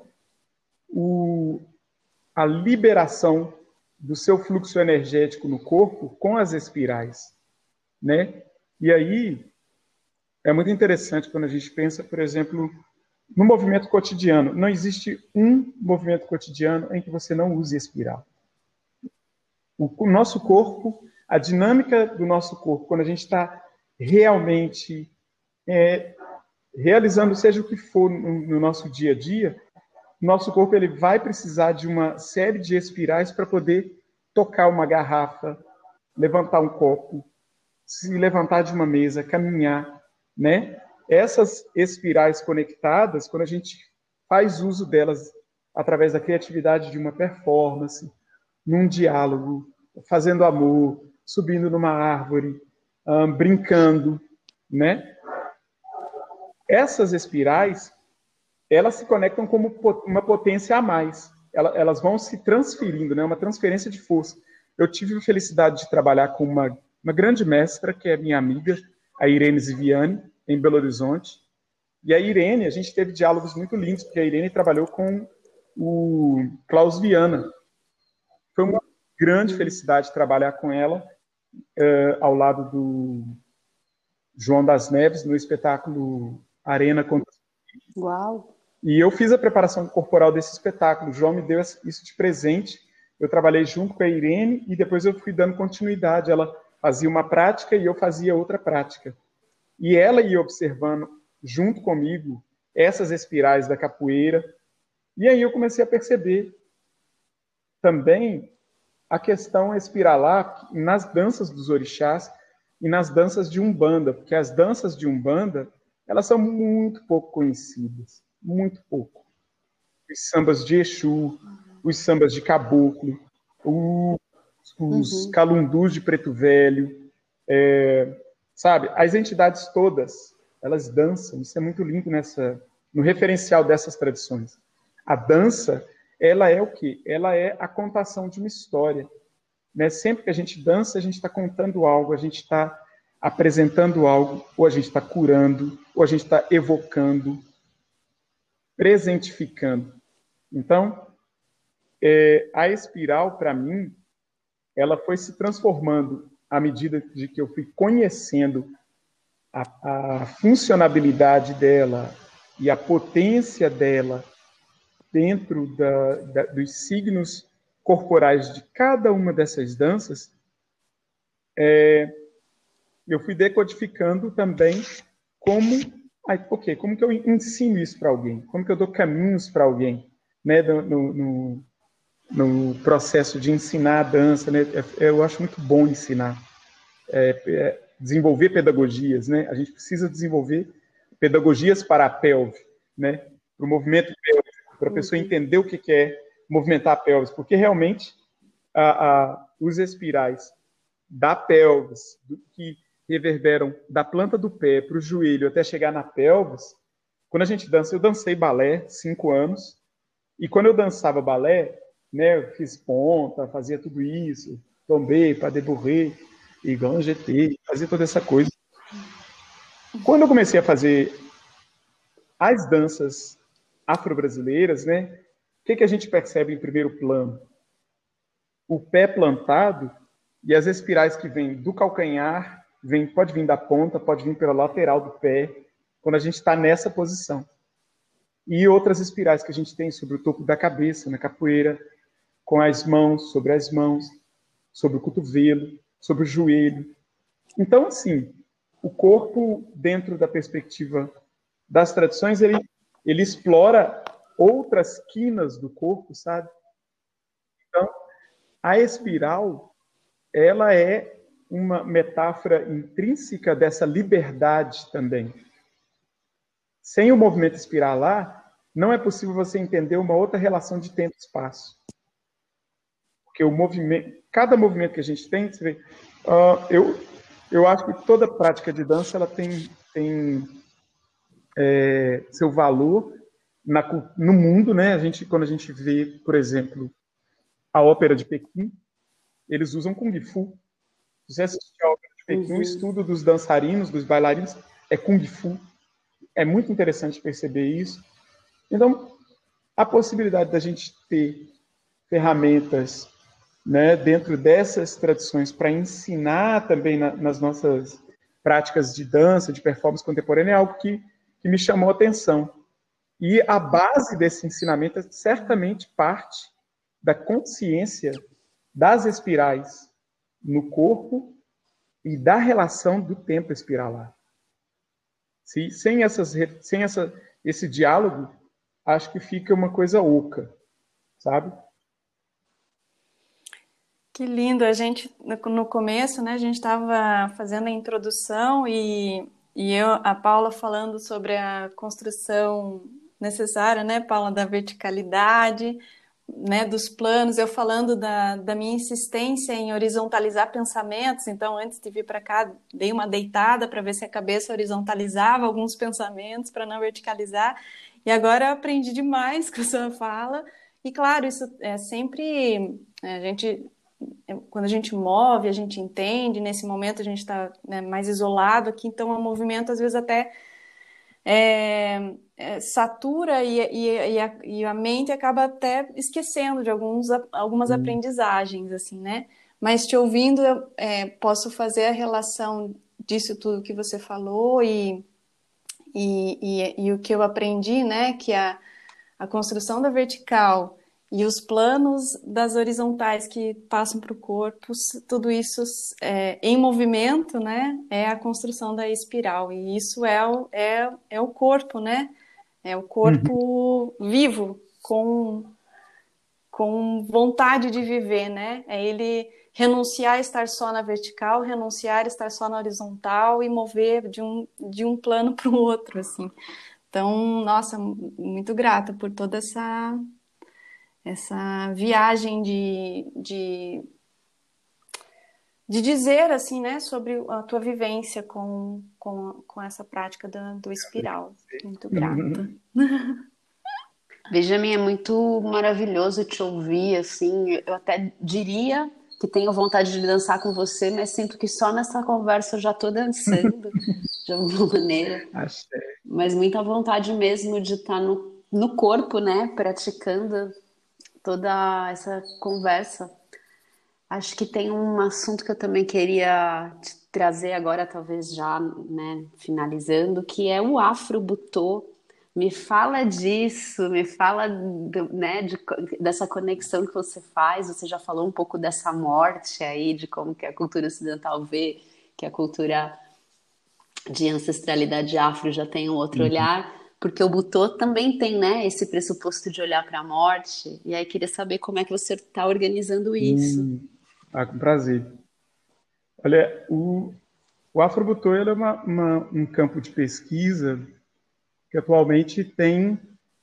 a liberação do seu fluxo energético no corpo com as espirais, né? E aí é muito interessante quando a gente pensa, por exemplo, no movimento cotidiano. Não existe um movimento cotidiano em que você não use espiral. O nosso corpo, a dinâmica do nosso corpo, quando a gente está realmente realizando seja o que for no nosso dia a dia, nosso corpo ele vai precisar de uma série de espirais para poder tocar uma garrafa, levantar um copo, se levantar de uma mesa, caminhar, né? Essas espirais conectadas, quando a gente faz uso delas através da criatividade de uma performance, num diálogo, fazendo amor, subindo numa árvore, brincando, né? Essas espirais, elas se conectam como uma potência a mais. Elas vão se transferindo, né? Uma transferência de força. Eu tive a felicidade de trabalhar com uma grande mestra, que é minha amiga, a Irene Ziviani, em Belo Horizonte. E a Irene, a gente teve diálogos muito lindos, porque a Irene trabalhou com o Klaus Viana. Foi uma grande felicidade trabalhar com ela ao lado do João das Neves, no espetáculo Arena contra... Uau! E eu fiz a preparação corporal desse espetáculo. O João me deu isso de presente. Eu trabalhei junto com a Irene e depois eu fui dando continuidade. Ela fazia uma prática e eu fazia outra prática. E ela ia observando, junto comigo, essas espirais da capoeira. E aí eu comecei a perceber também a questão espiralar nas danças dos orixás e nas danças de Umbanda, porque as danças de Umbanda, elas são muito pouco conhecidas, muito pouco. Os sambas de Exu, os sambas de Caboclo, os calundus de Preto Velho, sabe? As entidades todas, elas dançam, isso é muito lindo no referencial dessas tradições. A dança, ela é o quê? Ela é a contação de uma história. Né? Sempre que a gente dança, a gente está contando algo, a gente está apresentando algo, ou a gente está curando, ou a gente está evocando, presentificando. Então, a espiral, para mim, ela foi se transformando à medida de que eu fui conhecendo a funcionabilidade dela e a potência dela dentro dos signos corporais de cada uma dessas danças, eu fui decodificando também como que eu ensino isso para alguém, como que eu dou caminhos para alguém, né, no processo de ensinar a dança, né? Eu acho muito bom ensinar, desenvolver pedagogias, né? A gente precisa desenvolver pedagogias para a pelve, né? Para o movimento pélvico, para a pessoa entender o que é movimentar a pelvis, porque realmente os espirais da pelvis, que reverberam da planta do pé para o joelho até chegar na pelvis, quando a gente dança, eu dancei balé 5 anos, e quando eu dançava balé, né, eu fiz ponta, fazia tudo isso, tombei, pas de bourrée, e grand jeté, fazia toda essa coisa. Quando eu comecei a fazer as danças afro-brasileiras, né, o que a gente percebe em primeiro plano? O pé plantado e as espirais que vêm do calcanhar, pode vir da ponta, pode vir pela lateral do pé, quando a gente está nessa posição. E outras espirais que a gente tem sobre o topo da cabeça, na capoeira, com as mãos, sobre as mãos. sobre o cotovelo, sobre o joelho. Então, assim, o corpo, dentro da perspectiva das tradições, ele explora outras quinas do corpo, sabe? Então, a espiral, ela é uma metáfora intrínseca dessa liberdade também. Sem o movimento espiralar, não é possível você entender uma outra relação de tempo e espaço. Porque o movimento, cada movimento que a gente tem, você vê, eu acho que toda prática de dança ela tem seu valor no mundo, né? Quando a gente vê, por exemplo, a ópera de Pequim, eles usam Kung Fu. Se você assistir a ópera de Pequim, o estudo dos dançarinos, dos bailarinos, é Kung Fu. É muito interessante perceber isso. Então, a possibilidade da gente ter ferramentas, né, dentro dessas tradições para ensinar também nas nossas práticas de dança, de performance contemporânea, é algo que me chamou a atenção. E a base desse ensinamento é certamente parte da consciência das espirais no corpo e da relação do tempo espiralar. Sem esse diálogo, acho que fica uma coisa oca, sabe? Que lindo, a gente no começo, né, a gente estava fazendo a introdução e a Paula falando sobre a construção necessária, né, Paula, da verticalidade, né, dos planos, eu falando da minha insistência em horizontalizar pensamentos, então antes de vir para cá dei uma deitada para ver se a cabeça horizontalizava alguns pensamentos para não verticalizar, e agora eu aprendi demais com a sua fala, e claro, isso é sempre, quando a gente move, a gente entende, nesse momento a gente está, né, mais isolado aqui, então o movimento às vezes até satura e a mente acaba até esquecendo de algumas aprendizagens, assim, né? Mas te ouvindo, eu posso fazer a relação disso tudo que você falou e o que eu aprendi, né? Que a construção da vertical e os planos das horizontais que passam para o corpo, tudo isso em movimento, né? É a construção da espiral. E isso é o corpo, né? É o corpo vivo, com vontade de viver, né? É ele renunciar a estar só na vertical, renunciar a estar só na horizontal e mover de um plano para o outro, assim. Então, nossa, muito grata por toda essa viagem de dizer, assim, né, sobre a tua vivência com essa prática do espiral. Muito grata. Benjamin, é muito maravilhoso te ouvir, assim, eu até diria que tenho vontade de dançar com você, mas sinto que só nessa conversa eu já estou dançando, de alguma maneira. Mas muita vontade mesmo de estar no corpo, né, praticando toda essa conversa. Acho que tem um assunto que eu também queria te trazer agora, talvez já, né, finalizando, que é o Afro-Butô. Me fala disso, me fala né, dessa conexão que você faz. Você já falou um pouco dessa morte aí, de como que a cultura ocidental vê, que a cultura de ancestralidade afro já tem um outro olhar, porque o Butô também tem, né, esse pressuposto de olhar para a morte. E aí queria saber como é que você está organizando isso. Com prazer. Olha, o Afro-Butô é um campo de pesquisa que atualmente tem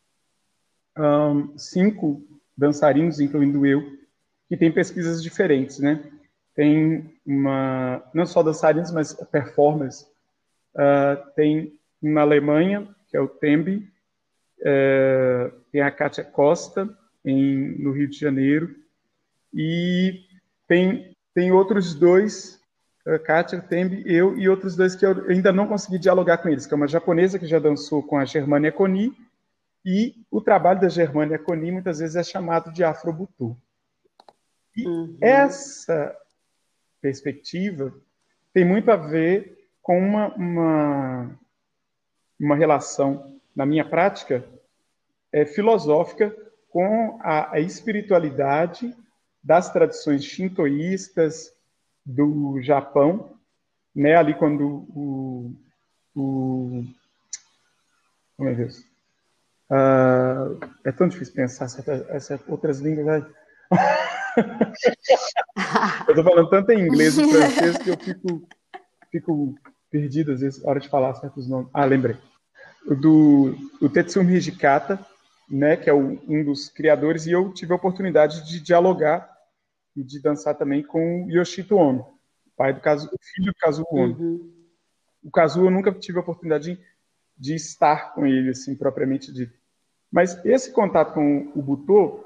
5 dançarinos, incluindo eu, que tem pesquisas diferentes, né? Tem não só dançarinos, mas performers. Tem na Alemanha, que é o Tembi, tem a Kátia Costa, no Rio de Janeiro, e tem outros 2, a Kátia, o Tembi, eu, e outros 2 que eu ainda não consegui dialogar com eles, que é uma japonesa que já dançou com a Germânia Koni, e o trabalho da Germânia Koni muitas vezes é chamado de Afro-Butô. E essa perspectiva tem muito a ver com uma relação, na minha prática, filosófica com a espiritualidade das tradições shintoístas do Japão, né? Ali quando oh, meu Deus. É tão difícil pensar essas outras línguas. Eu estou falando tanto em inglês e francês que eu fico perdido, às vezes, na hora de falar certos nomes. Lembrei. O Tetsumi Hijikata, né, que é um dos criadores, e eu tive a oportunidade de dialogar e de dançar também com o Yoshito Ono, o filho do Kazuo Ono. Uhum. O Kazuo eu nunca tive a oportunidade de estar com ele, assim, propriamente dito. Mas esse contato com o Butô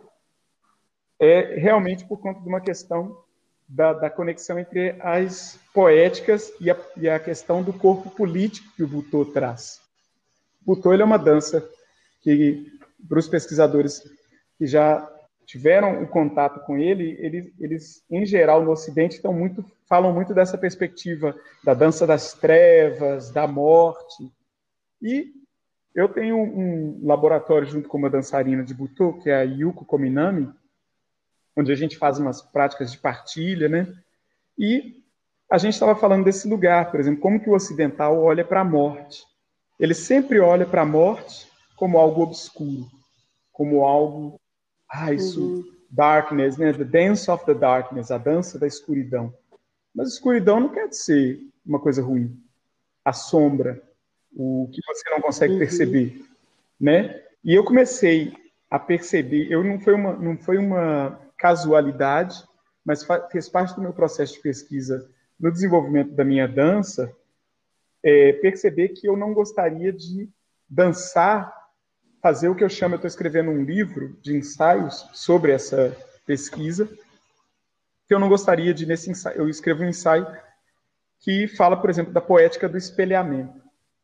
é realmente por conta de uma questão da conexão entre as poéticas e a questão do corpo político que o Butô traz. O Butô ele é uma dança que, para os pesquisadores que já tiveram um contato com ele, eles em geral, no Ocidente, falam muito dessa perspectiva da dança das trevas, da morte. E eu tenho um laboratório junto com uma dançarina de Butô, que é a Yuko Kominami, onde a gente faz umas práticas de partilha, né? E a gente estava falando desse lugar, por exemplo, como que o ocidental olha para a morte. Ele sempre olha para a morte como algo obscuro, como algo, isso, darkness, né? The dance of the darkness, a dança da escuridão. Mas a escuridão não quer dizer uma coisa ruim. A sombra, o que você não consegue perceber, né? E eu comecei a perceber, não foi uma casualidade, mas fez parte do meu processo de pesquisa no desenvolvimento da minha dança, perceber que eu não gostaria de dançar, fazer o que eu estou escrevendo um livro de ensaios sobre essa pesquisa, que eu não gostaria de, nesse ensaio, eu escrevo um ensaio que fala, por exemplo, da poética do espelhamento.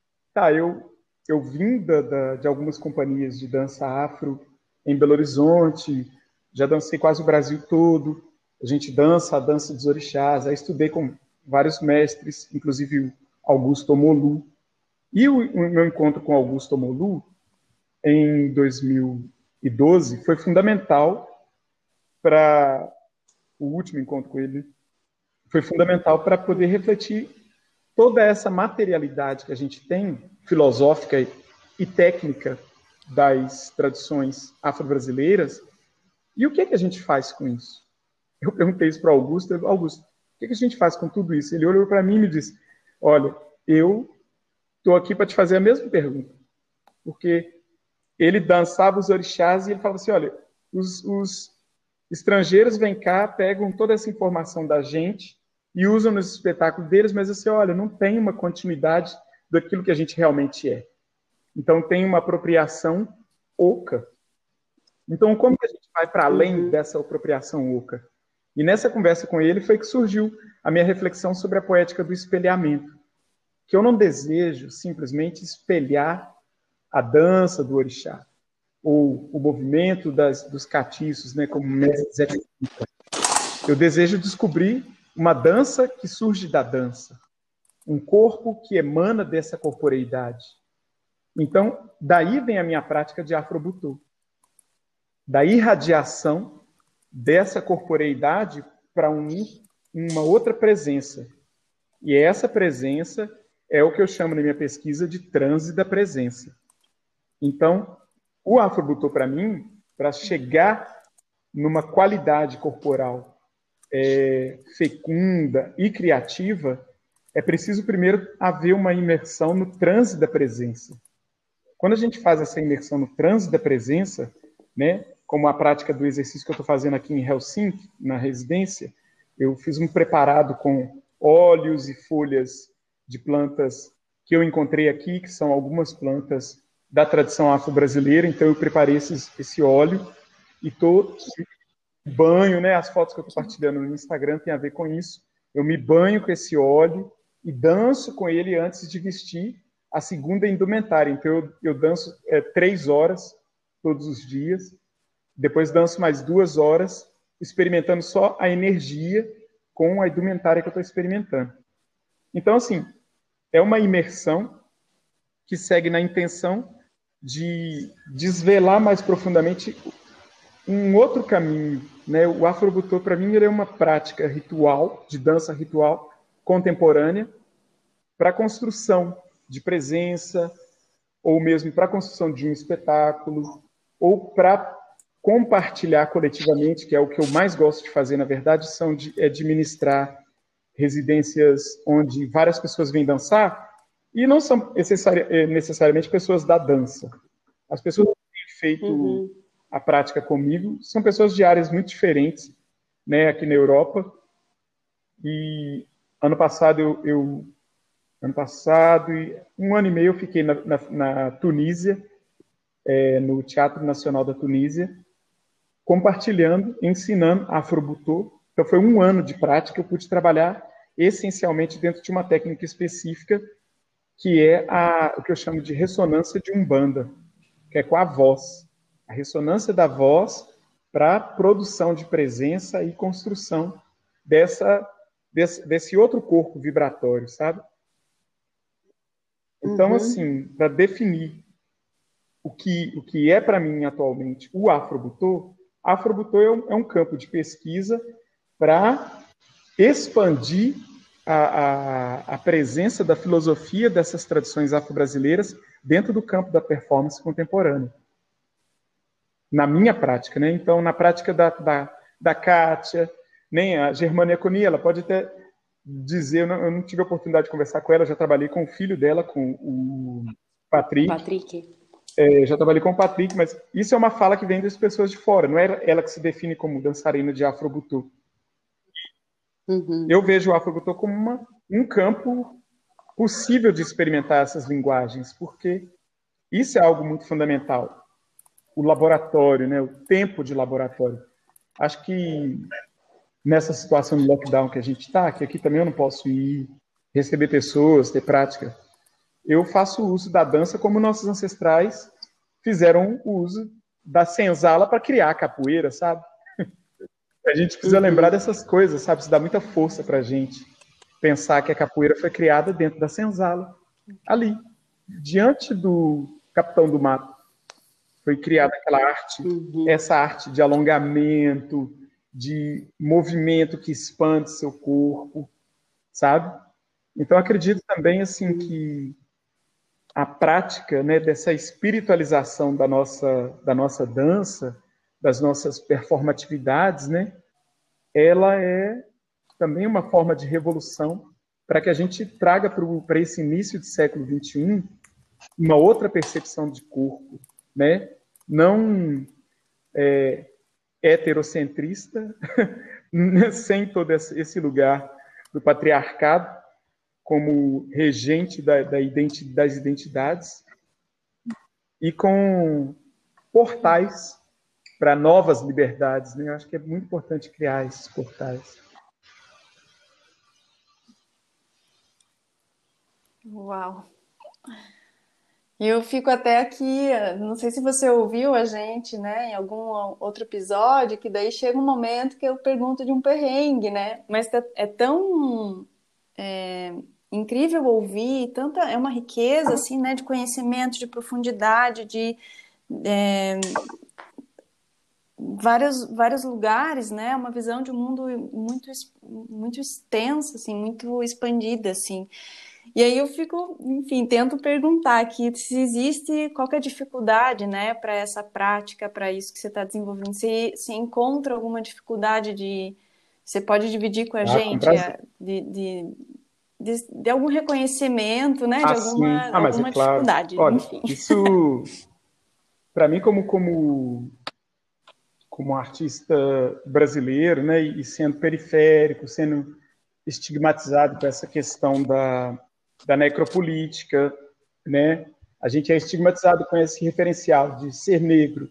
Eu vim de algumas companhias de dança afro em Belo Horizonte, já dancei quase o Brasil todo, a gente dança a dança dos orixás, aí estudei com vários mestres, inclusive o Augusto Omolu. E o meu encontro com o Augusto Omolu, em 2012, foi fundamental para o último encontro com ele, foi fundamental para poder refletir toda essa materialidade que a gente tem, filosófica e técnica das tradições afro-brasileiras, e o que a gente faz com isso? Eu perguntei isso para Augusto, o que a gente faz com tudo isso? Ele olhou para mim e me disse, olha, eu estou aqui para te fazer a mesma pergunta, porque ele dançava os orixás e ele falava assim, olha, os estrangeiros vêm cá, pegam toda essa informação da gente e usam nos espetáculos deles, mas assim, olha, não tem uma continuidade daquilo que a gente realmente é. Então tem uma apropriação oca. Então como que a gente vai para além dessa apropriação oca? E nessa conversa com ele foi que surgiu a minha reflexão sobre a poética do espelhamento, que eu não desejo simplesmente espelhar a dança do orixá, ou o movimento dos catiços, né, como mestre Zé. Eu desejo descobrir uma dança que surge da dança, um corpo que emana dessa corporeidade. Então, daí vem a minha prática de Afro-Butô, da irradiação dessa corporeidade para unir uma outra presença. E essa presença é o que eu chamo na minha pesquisa de transe da presença. Então, o Afro-Butô, para mim, para chegar numa qualidade corporal fecunda e criativa, é preciso primeiro haver uma imersão no transe da presença. Quando a gente faz essa imersão no transe da presença, né, como a prática do exercício que eu estou fazendo aqui em Helsinki, na residência, eu fiz um preparado com óleos e folhas de plantas que eu encontrei aqui, que são algumas plantas da tradição afro-brasileira, então eu preparei esse óleo e estou banho, né? As fotos que eu estou partilhando no Instagram tem a ver com isso. Eu me banho com esse óleo e danço com ele antes de vestir a segunda indumentária. Então eu danço 3 horas todos os dias, depois danço mais 2 horas, experimentando só a energia com a indumentária que eu estou experimentando. Então, assim, é uma imersão que segue na intenção de desvelar mais profundamente um outro caminho, né? O Afro-Butô, para mim, ele é uma prática ritual, de dança ritual contemporânea, para a construção de presença, ou mesmo para a construção de um espetáculo, ou para compartilhar coletivamente, que é o que eu mais gosto de fazer, na verdade, é administrar residências onde várias pessoas vêm dançar, e não são necessariamente pessoas da dança. As pessoas que têm feito a prática comigo são pessoas de áreas muito diferentes, né, aqui na Europa. E ano passado, um ano e meio, eu fiquei na Tunísia, no Teatro Nacional da Tunísia, compartilhando, ensinando Afro-Butô. Então, foi um ano de prática, eu pude trabalhar essencialmente dentro de uma técnica específica, que é o que eu chamo de ressonância de Umbanda, que é com a voz. A ressonância da voz para a produção de presença e construção desse outro corpo vibratório, sabe? Então, assim, para definir o que é para mim atualmente o Afro-Butô é um campo de pesquisa para expandir a presença da filosofia dessas tradições afro-brasileiras dentro do campo da performance contemporânea. Na minha prática, né? Então, na prática da Kátia, nem a Germânia Coni, ela pode até dizer, eu não tive a oportunidade de conversar com ela, já trabalhei com o filho dela, com o Patrick. Já trabalhei com o Patrick, mas isso é uma fala que vem das pessoas de fora, não é ela que se define como dançarina de Afro-Butô. Eu vejo o Afro-Butô como um campo possível de experimentar essas linguagens, porque isso é algo muito fundamental. O laboratório, né, o tempo de laboratório. Acho que nessa situação de lockdown que a gente está, que aqui também eu não posso ir receber pessoas, ter prática, eu faço uso da dança como nossos ancestrais fizeram o uso da senzala para criar a capoeira, sabe? A gente precisa lembrar dessas coisas, sabe? Isso dá muita força para a gente pensar que a capoeira foi criada dentro da senzala, ali, diante do Capitão do Mato. Foi criada aquela arte, essa arte de alongamento, de movimento que expande seu corpo, sabe? Então, acredito também assim que a prática, né, dessa espiritualização da nossa dança, das nossas performatividades, né, ela é também uma forma de revolução para que a gente traga para esse início do século XXI uma outra percepção de corpo, né? Não heterocentrista, sem todo esse lugar do patriarcado como regente das identidades e com portais para novas liberdades, né? Eu acho que é muito importante criar esses portais. Uau! Eu fico até aqui, não sei se você ouviu a gente, né, em algum outro episódio, que daí chega um momento que eu pergunto de um perrengue, né? Mas é tão incrível ouvir, é uma riqueza, assim, né, de conhecimento, de profundidade, de vários lugares, né? Uma visão de um mundo muito, muito extensa, assim, muito expandida, assim. E aí eu fico, enfim, tento perguntar aqui se existe, qual que é a dificuldade, né, para essa prática, para isso que você está desenvolvendo, se encontra alguma dificuldade você pode dividir com a gente de algum reconhecimento, né, de alguma dificuldade, olha, enfim. Isso, para mim, como artista brasileiro, né, e sendo periférico, sendo estigmatizado com essa questão da necropolítica, né? A gente é estigmatizado com esse referencial de ser negro.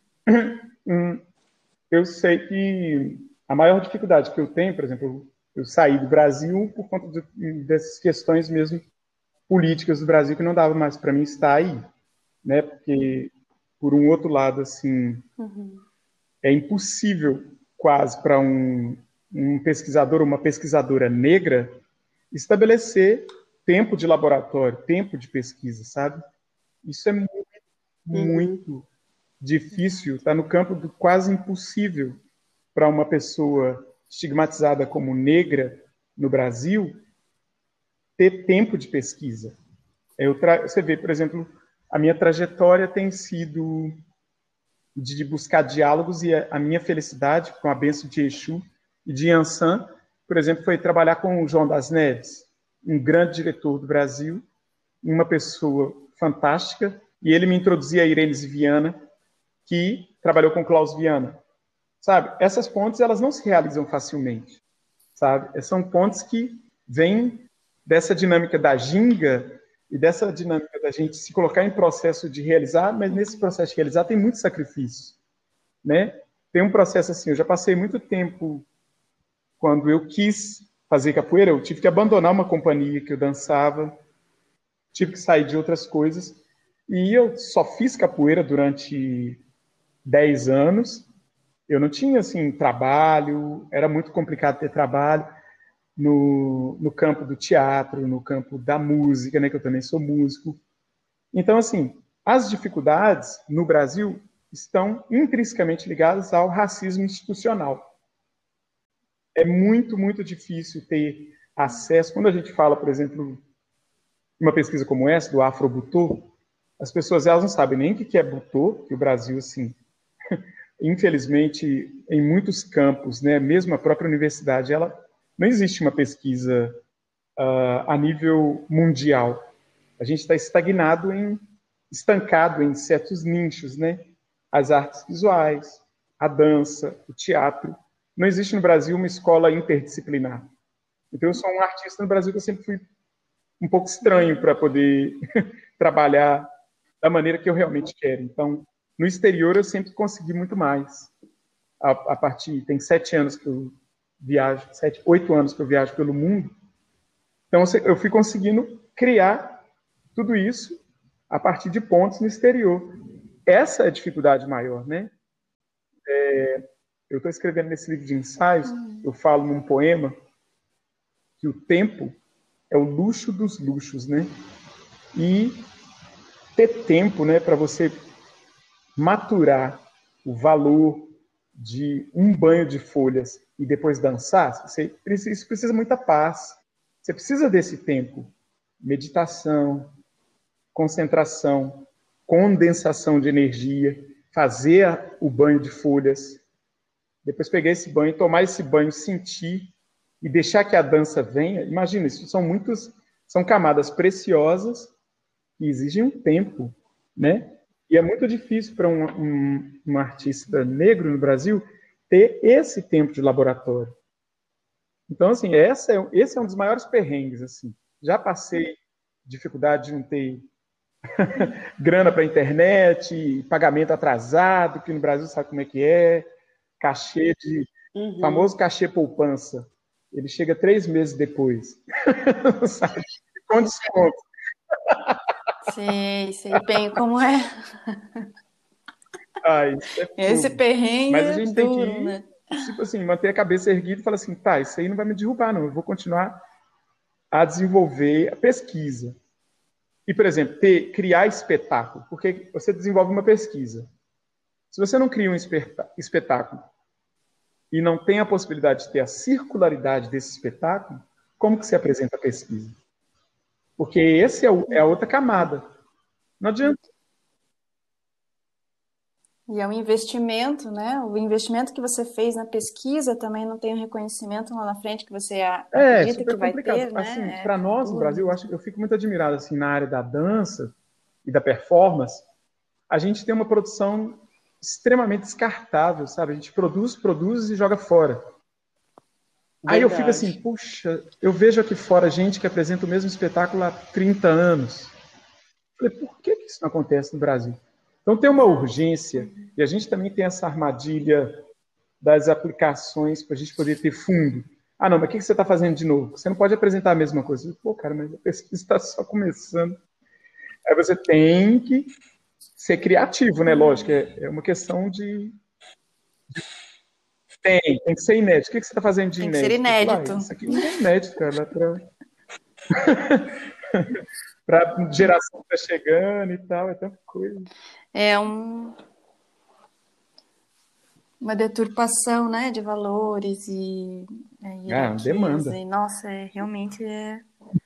Eu sei que a maior dificuldade que eu tenho, por exemplo, eu saí do Brasil por conta dessas questões mesmo políticas do Brasil que não dava mais para mim estar aí, né? Porque, por um outro lado, assim, é impossível quase para um pesquisador ou uma pesquisadora negra estabelecer tempo de laboratório, tempo de pesquisa, sabe? Isso é muito difícil, está no campo do quase impossível para uma pessoa estigmatizada como negra no Brasil ter tempo de pesquisa. Você vê, por exemplo, a minha trajetória tem sido de buscar diálogos e a minha felicidade, com a bênção de Exu e de Yansan, por exemplo, foi trabalhar com o João das Neves, um grande diretor do Brasil, uma pessoa fantástica, e ele me introduzia a Irene Viana, que trabalhou com Klaus Viana. Sabe? Essas pontes, elas não se realizam facilmente. Sabe? São pontes que vêm dessa dinâmica da ginga e dessa dinâmica da gente se colocar em processo de realizar, mas nesse processo de realizar tem muito sacrifício, né? Tem um processo assim, eu já passei muito tempo, quando eu quis fazer capoeira, eu tive que abandonar uma companhia que eu dançava, tive que sair de outras coisas, e eu só fiz capoeira durante 10 anos, eu não tinha, assim, trabalho, era muito complicado ter trabalho, no campo do teatro, no campo da música, né, que eu também sou músico. Então, assim, as dificuldades no Brasil estão intrinsecamente ligadas ao racismo institucional. É muito, muito difícil ter acesso. Quando a gente fala, por exemplo, uma pesquisa como essa, do Afro-Butô, as pessoas elas não sabem nem o que é Butô, que o Brasil, assim, infelizmente, em muitos campos, né, mesmo a própria universidade, não existe uma pesquisa a nível mundial. A gente está estancado em certos nichos, né? As artes visuais, a dança, o teatro. Não existe no Brasil uma escola interdisciplinar. Então, eu sou um artista no Brasil que eu sempre fui um pouco estranho para poder trabalhar da maneira que eu realmente quero. Então, no exterior, eu sempre consegui muito mais. Tem 7 anos que eu viajo, 8 anos que eu viajo pelo mundo. Então, eu fui conseguindo criar tudo isso a partir de pontos no exterior. Essa é a dificuldade maior, né? Eu estou escrevendo nesse livro de ensaios, eu falo num poema que o tempo é o luxo dos luxos, né? E ter tempo, né, para você maturar o valor de um banho de folhas e depois dançar, isso precisa muita paz. Você precisa desse tempo. Meditação, concentração, condensação de energia, fazer o banho de folhas, depois pegar esse banho, tomar esse banho, sentir e deixar que a dança venha. Imagina, isso são camadas preciosas que exigem um tempo, né? E é muito difícil para um artista negro no Brasil ter esse tempo de laboratório. Então, assim, esse é um dos maiores perrengues, assim. Já passei dificuldade de não ter grana para internet, pagamento atrasado, que no Brasil sabe como é que é, famoso cachê poupança. Ele chega 3 meses depois, sabe? Com desconto. Sei bem como é. Isso é esse perrengue. Mas a gente tem que ir, né? Tipo assim, manter a cabeça erguida e falar assim, tá, isso aí não vai me derrubar, não. Eu vou continuar a desenvolver a pesquisa. E, por exemplo, criar espetáculo. Porque você desenvolve uma pesquisa. Se você não cria um espetáculo e não tem a possibilidade de ter a circularidade desse espetáculo, como que se apresenta a pesquisa? Porque esse é a outra camada. Não adianta. E é um investimento, né? O investimento que você fez na pesquisa também não tem o reconhecimento lá na frente que você acredita que vai ter, né? Assim, para nós no Brasil, eu fico muito admirado assim na área da dança e da performance. A gente tem uma produção extremamente descartável, sabe? A gente produz e joga fora. Verdade. Aí eu fico assim, puxa, eu vejo aqui fora gente que apresenta o mesmo espetáculo há 30 anos. Eu falei, por que isso não acontece no Brasil? Então tem uma urgência, e a gente também tem essa armadilha das aplicações para a gente poder ter fundo. Ah, não, mas o que você está fazendo de novo? Você não pode apresentar a mesma coisa. Pô, cara, mas a pesquisa está só começando. Aí você tem que ser criativo, né? Lógico, é uma questão de... Tem que ser inédito. O que você está fazendo de inédito? Tem que ser inédito. Isso aqui não é inédito, cara. Para a geração que está chegando e tal, é tanta coisa. uma deturpação, né, de valores e hierarquias. Demanda. E, nossa, realmente é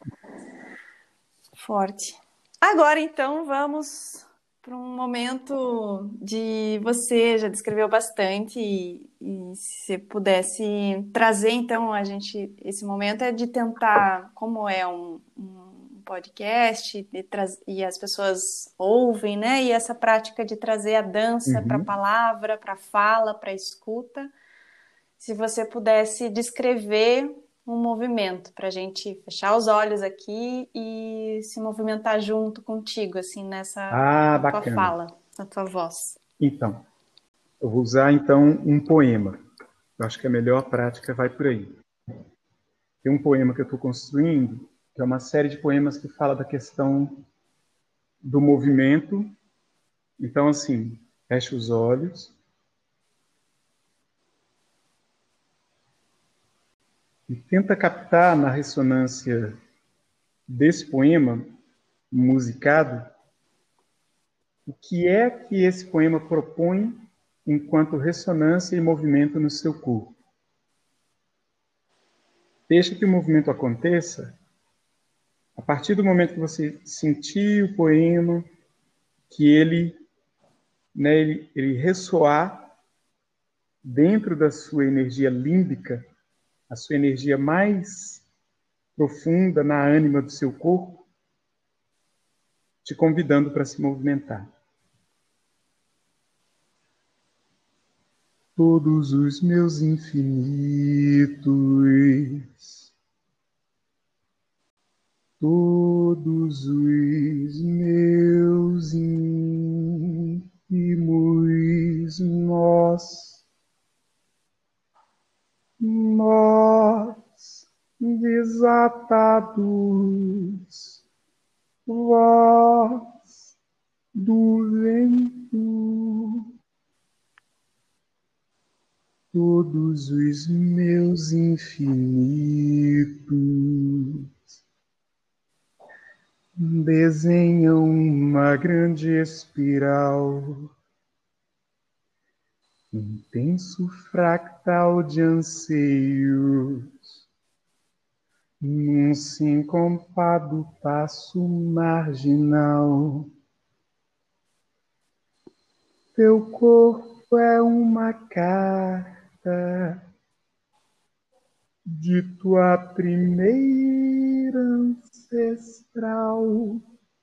forte. Agora, então, vamos para um momento de você já descreveu bastante e se você pudesse trazer, então, esse momento é de tentar, como é um podcast e as pessoas ouvem, né? E essa prática de trazer a dança para a palavra, para a fala, para a escuta. Se você pudesse descrever um movimento para a gente fechar os olhos aqui e se movimentar junto contigo, assim, na tua Bacana. fala, na tua voz. Então, eu vou usar então um poema. Eu acho que a melhor prática vai por aí. Tem um poema que eu estou construindo, que é uma série de poemas que fala da questão do movimento. Então, assim, feche os olhos e tenta captar na ressonância desse poema musicado o que é que esse poema propõe enquanto ressonância e movimento no seu corpo. Deixa que o movimento aconteça a partir do momento que você sentir o poema, que ele ressoar dentro da sua energia límbica, a sua energia mais profunda na ânima do seu corpo, te convidando para se movimentar. Todos os meus infinitos, todos os meus íntimos nós desatados, voz do vento, todos os meus infinitos desenham uma grande espiral, intenso fractal de anseios, num sincopado passo marginal. Teu corpo é uma carta de tua primeira ancestral.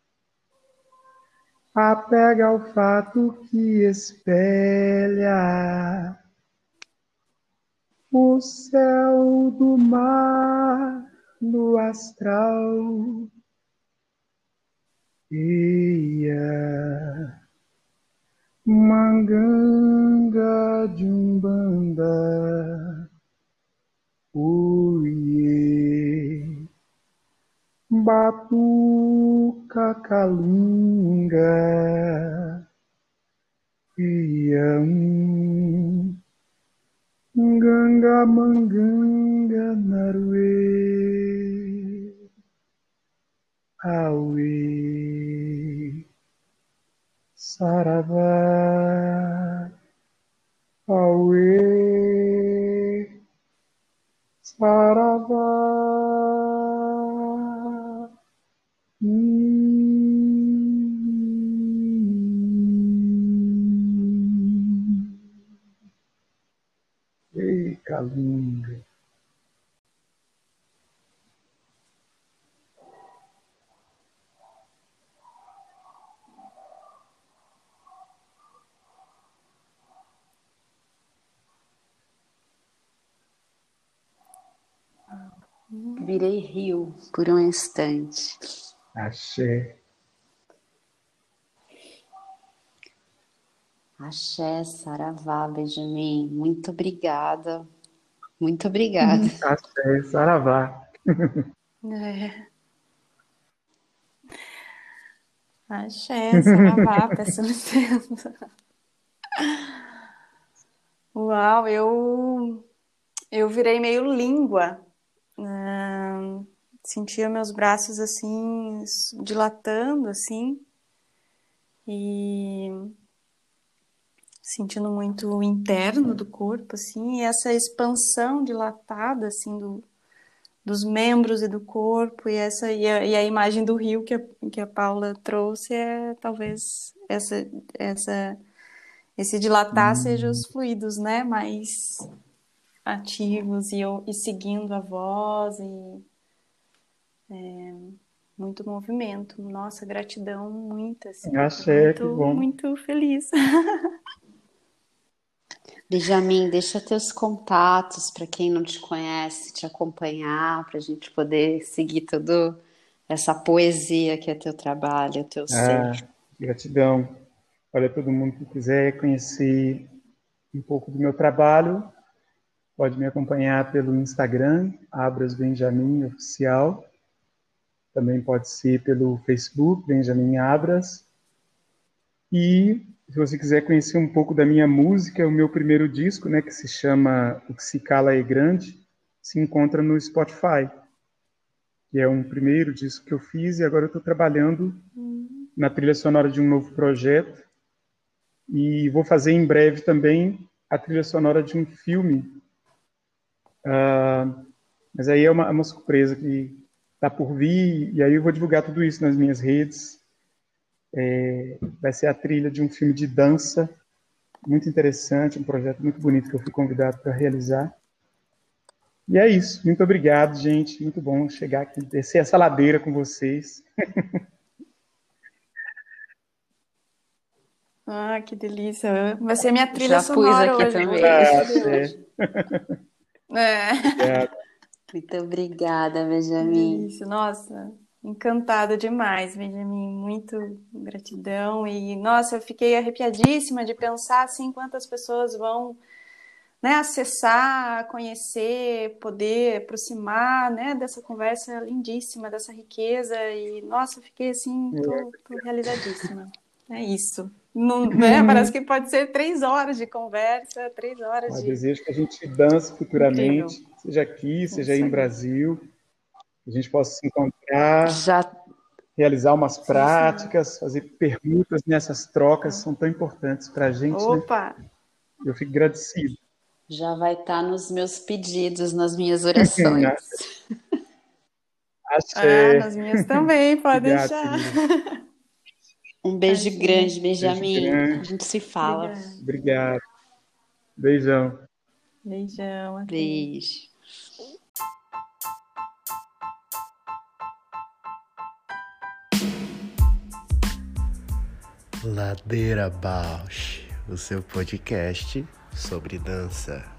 Apega ao fato que espelha o céu do mar no astral. Eia, manganga de umbanda, oiê, batuca calunga, eia, ganga manganga naruê, auê, saravá, auê, saravá. Ei, calunga. Virei rio por um instante. Axé. Axé, saravá, Benjamin. Muito obrigada. Muito obrigada. Axé, saravá. Axé, saravá, peço licença. Uau, eu virei meio língua. Sentia meus braços assim, dilatando assim. E sentindo muito o interno do corpo, assim, e essa expansão dilatada, assim, dos membros e do corpo, e a imagem do rio que a Paula trouxe é talvez esse dilatar seja os fluidos, né, mais ativos e seguindo a voz e muito movimento. Nossa, gratidão, muita, assim, Axé, que bom. muito feliz. Benjamin, deixa teus contatos para quem não te conhece, te acompanhar, para a gente poder seguir toda essa poesia que é teu trabalho, teu ser. Gratidão. Olha, todo mundo que quiser conhecer um pouco do meu trabalho, pode me acompanhar pelo Instagram, Abras Benjamin Oficial. Também pode ser pelo Facebook, Benjamin Abras. E se você quiser conhecer um pouco da minha música, o meu primeiro disco, né, que se chama O Que Se Cala é Grande, se encontra no Spotify, que é um primeiro disco que eu fiz, e agora eu estou trabalhando na trilha sonora de um novo projeto, e vou fazer em breve também a trilha sonora de um filme, mas aí é uma surpresa que está por vir, e aí eu vou divulgar tudo isso nas minhas redes. Vai ser a trilha de um filme de dança muito interessante, um projeto muito bonito que eu fui convidado para realizar. E é isso. Muito obrigado, gente. Muito bom chegar aqui, descer essa ladeira com vocês. Ah, que delícia. Vai ser minha trilha Já sonora pus aqui hoje. também. Obrigado. Muito obrigada, Benjamin. Que delícia. Nossa, encantada demais, Benjamin. Muito gratidão. E, nossa, eu fiquei arrepiadíssima de pensar, assim, quantas pessoas vão, né, acessar, conhecer, poder aproximar, né, dessa conversa lindíssima, dessa riqueza. E, nossa, eu fiquei, assim, tô realizadíssima. É isso. Não, né? Parece que pode ser 3 horas de conversa, 3 horas de... Desejo que a gente dance futuramente, Incrível. seja aqui, seja aí no Brasil, que a gente possa se encontrar, realizar umas práticas, fazer perguntas nessas trocas, são tão importantes para a gente. Opa! Né? Eu fico agradecido. Já vai estar nos meus pedidos, nas minhas orações. Axé. Nas minhas também, pode Obrigado, deixar. querida. Um beijo grande, Benjamin. Beijo grande. A gente se fala. Obrigado. Beijão. Beijão. Beijo. Ladeira Bausch, o seu podcast sobre dança.